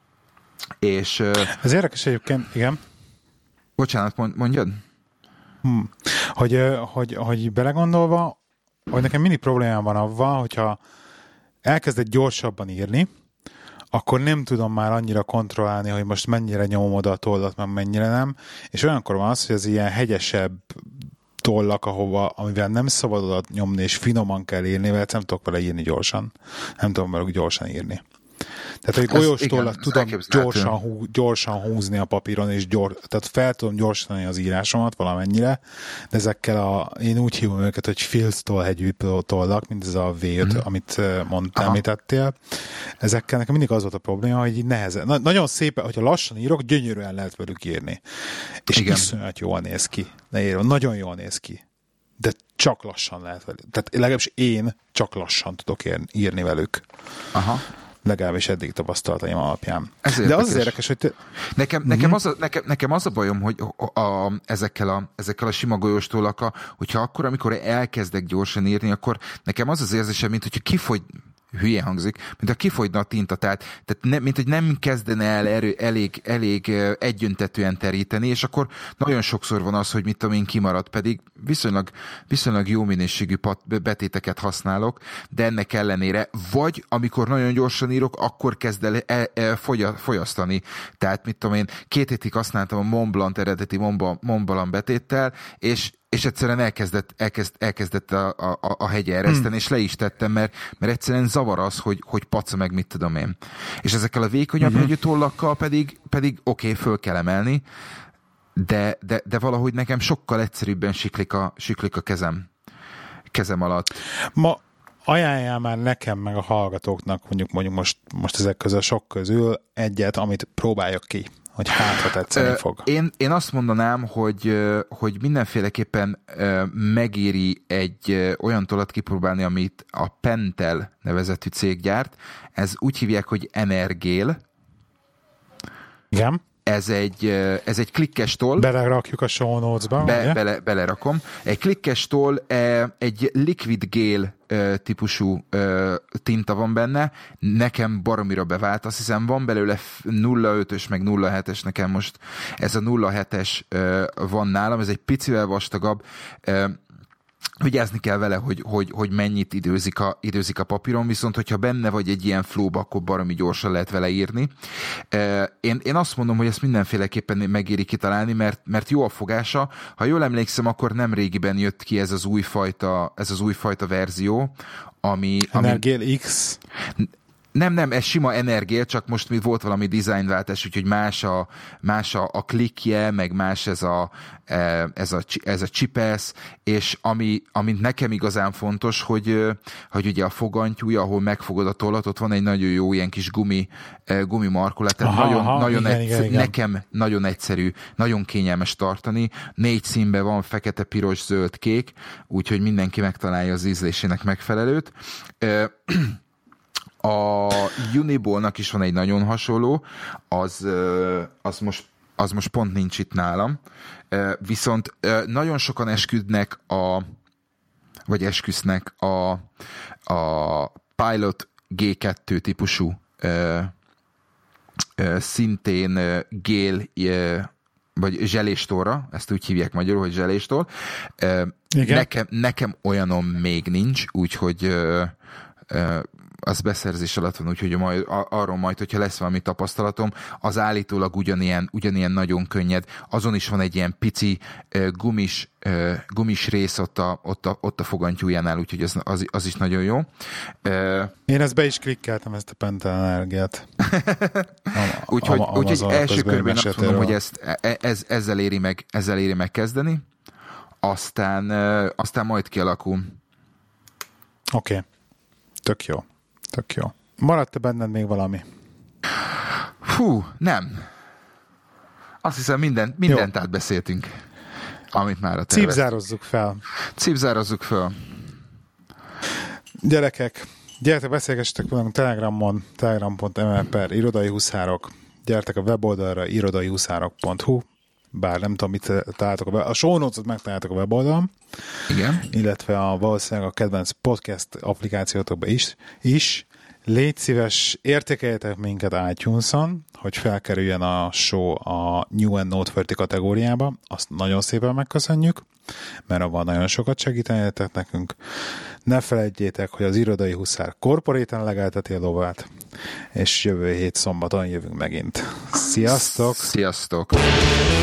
És uh, ez érdekes egyébként, igen. Bocsánat, mondjad? Hmm. Hogy, hogy, hogy belegondolva, hogy nekem mindig problémám van avval, hogyha elkezdett gyorsabban írni, akkor nem tudom már annyira kontrollálni, hogy most mennyire nyomom oda a tollat, meg mennyire nem, és olyankor van az, hogy az ilyen hegyesebb tollak, ahova, amivel nem szabad oda nyomni, és finoman kell írni, mert nem tudok vele írni gyorsan. Nem tudom velük gyorsan írni. Tehát, hogy golyós tollat tudom gyorsan, hú, gyorsan húzni a papíron, és gyors, tehát fel tudom gyorsítani az írásomat valamennyire, de ezekkel a, én úgy hívom őket, hogy filztollhegyű tollak, mint ez a vé öt, mm. amit mondtál, említettél. Ezekkel nekem mindig az volt a probléma, hogy így nehezen. Na, nagyon szépen, hogyha lassan írok, gyönyörűen lehet velük írni. És igen. Iszonyat jól néz ki. Leírom, nagyon jól néz ki. De csak lassan lehet velük. Tehát legalábbis én csak lassan tudok írni velük. Aha. Legalábbis eddig tapasztalataim alapján. Ez de az az érdekes, hogy... Te... Nekem, uh-huh. nekem, az a, nekem, nekem az a bajom, hogy a, a, ezekkel, a, ezekkel a sima golyós tollakkal, hogyha akkor, amikor elkezdek gyorsan írni, akkor nekem az az érzésem, mint hogyha kifogy, hülye hangzik, mint ha kifogyna a tinta, tehát, tehát ne, mint hogy nem kezdene el erő, elég, elég egyöntetően teríteni, és akkor nagyon sokszor van az, hogy mit tudom én, kimarad, pedig viszonylag, viszonylag jó minőségű pat, betéteket használok, de ennek ellenére, vagy amikor nagyon gyorsan írok, akkor kezd el, el, el fogy, fogyasztani. Tehát mit tudom én, két hétig használtam a Mont Blanc eredeti Mont Blanc betéttel, és és egyszerűen elkezdett, elkezd, elkezdett a, a, a hegye ereszteni, hmm. és le is tettem, mert, mert egyszerűen zavar az, hogy, hogy paca meg mit tudom én. És ezekkel a vékonyabb uh-huh. hegyű tollakkal pedig, pedig oké, okay, föl kell emelni, de, de, de valahogy nekem sokkal egyszerűbben siklik a, siklik a kezem, kezem alatt. Ma ajánljál már nekem meg a hallgatóknak, mondjuk, mondjuk most, most ezek közül sok közül egyet, amit próbáljak ki, hogy hát, ha tetszeni fog. Én, én azt mondanám, hogy, hogy mindenféleképpen megéri egy olyan tollat kipróbálni, amit a Pentel nevezetű cég gyárt. Ez úgy hívják, hogy Energél. Igen. ez egy, ez egy klikkes toll. Belerakjuk a show notes-ba. Be, bele, belerakom. Egy klikkes toll, egy liquid gel típusú tinta van benne. Nekem baromira bevált. Azt hiszem van belőle nulla ötös meg nulla hetes, nekem most ez a nulla hetes van nálam. Ez egy picivel vastagabb. Vigyázni kell vele, hogy, hogy, hogy mennyit időzik a, időzik a papíron, viszont hogyha benne vagy egy ilyen flowba, akkor baromi gyorsan lehet vele írni. Én, én azt mondom, hogy ezt mindenféleképpen megéri kitalálni, mert, mert jó a fogása. Ha jól emlékszem, akkor nem régiben jött ki ez az újfajta, ez az újfajta verzió, ami... Energiel X... Nem, nem, ez sima Energél, csak most még volt valami dizájnváltás, úgyhogy más a, más a, a klikje, meg más ez a, ez a, ez a csipesz, és ami, amit nekem igazán fontos, hogy, hogy ugye a fogantyúja, ahol megfogod a tollat, ott van egy nagyon jó ilyen kis gumi, gumi markolat, tehát aha, nagyon, aha, nagyon igen, egyszer, igen, igen. nekem nagyon egyszerű, nagyon kényelmes tartani. Négy színben van, fekete, piros, zöld, kék, úgyhogy mindenki megtalálja az ízlésének megfelelőt. A Unibolnak is van egy nagyon hasonló, az, az, most, az most pont nincs itt nálam, viszont nagyon sokan esküdnek a, vagy esküsznek a, a Pilot gé kettő típusú szintén gél vagy zseléstóra, ezt úgy hívják magyarul, hogy zseléstól. Nekem, nekem olyanom még nincs, úgyhogy az beszerzés alatt van, úgyhogy majd, arról majd, hogyha lesz valami tapasztalatom, az állítólag ugyanilyen, ugyanilyen nagyon könnyed. Azon is van egy ilyen pici uh, gumis, uh, gumis rész ott a, ott a, ott a fogantyújánál, úgyhogy az, az, az is nagyon jó. Uh, Én ezt be is klikkeltem, ezt a Pentel energiát. úgyhogy úgyhogy első körben azt mondom, hogy ezt, ez, ezzel, éri meg, ezzel éri meg kezdeni, aztán, uh, aztán majd kialakul. Oké. Okay. Tök jó. Tök jó. Maradt-e benned még valami? Hú, nem. Azt hiszem minden, mindent átbeszéltünk, amit már a tervez. Cipzározzuk fel. Cipzározzuk fel. Gyerekek, gyertek, beszélgessetek velünk Telegramon, telegram pont em per irodai huszárok. Gyertek a weboldalra irodai huszárok pont hu, bár nem tudom, mit találtok a weboldalon. A show notes-ot megtaláltok a weboldalon. Igen. Illetve a valószínűleg a kedvenc podcast applikációtokban is. is. Légy szíves, értékeljetek minket iTunes-on, hogy felkerüljen a show a New and Noteworthy kategóriába. Azt nagyon szépen megköszönjük, mert abban nagyon sokat segítenetek nekünk. Ne felejtjétek, hogy az Irodai Huszár korporéten legelteti a lovát, és jövő hét szombaton jövünk megint. Sziasztok! Sziasztok!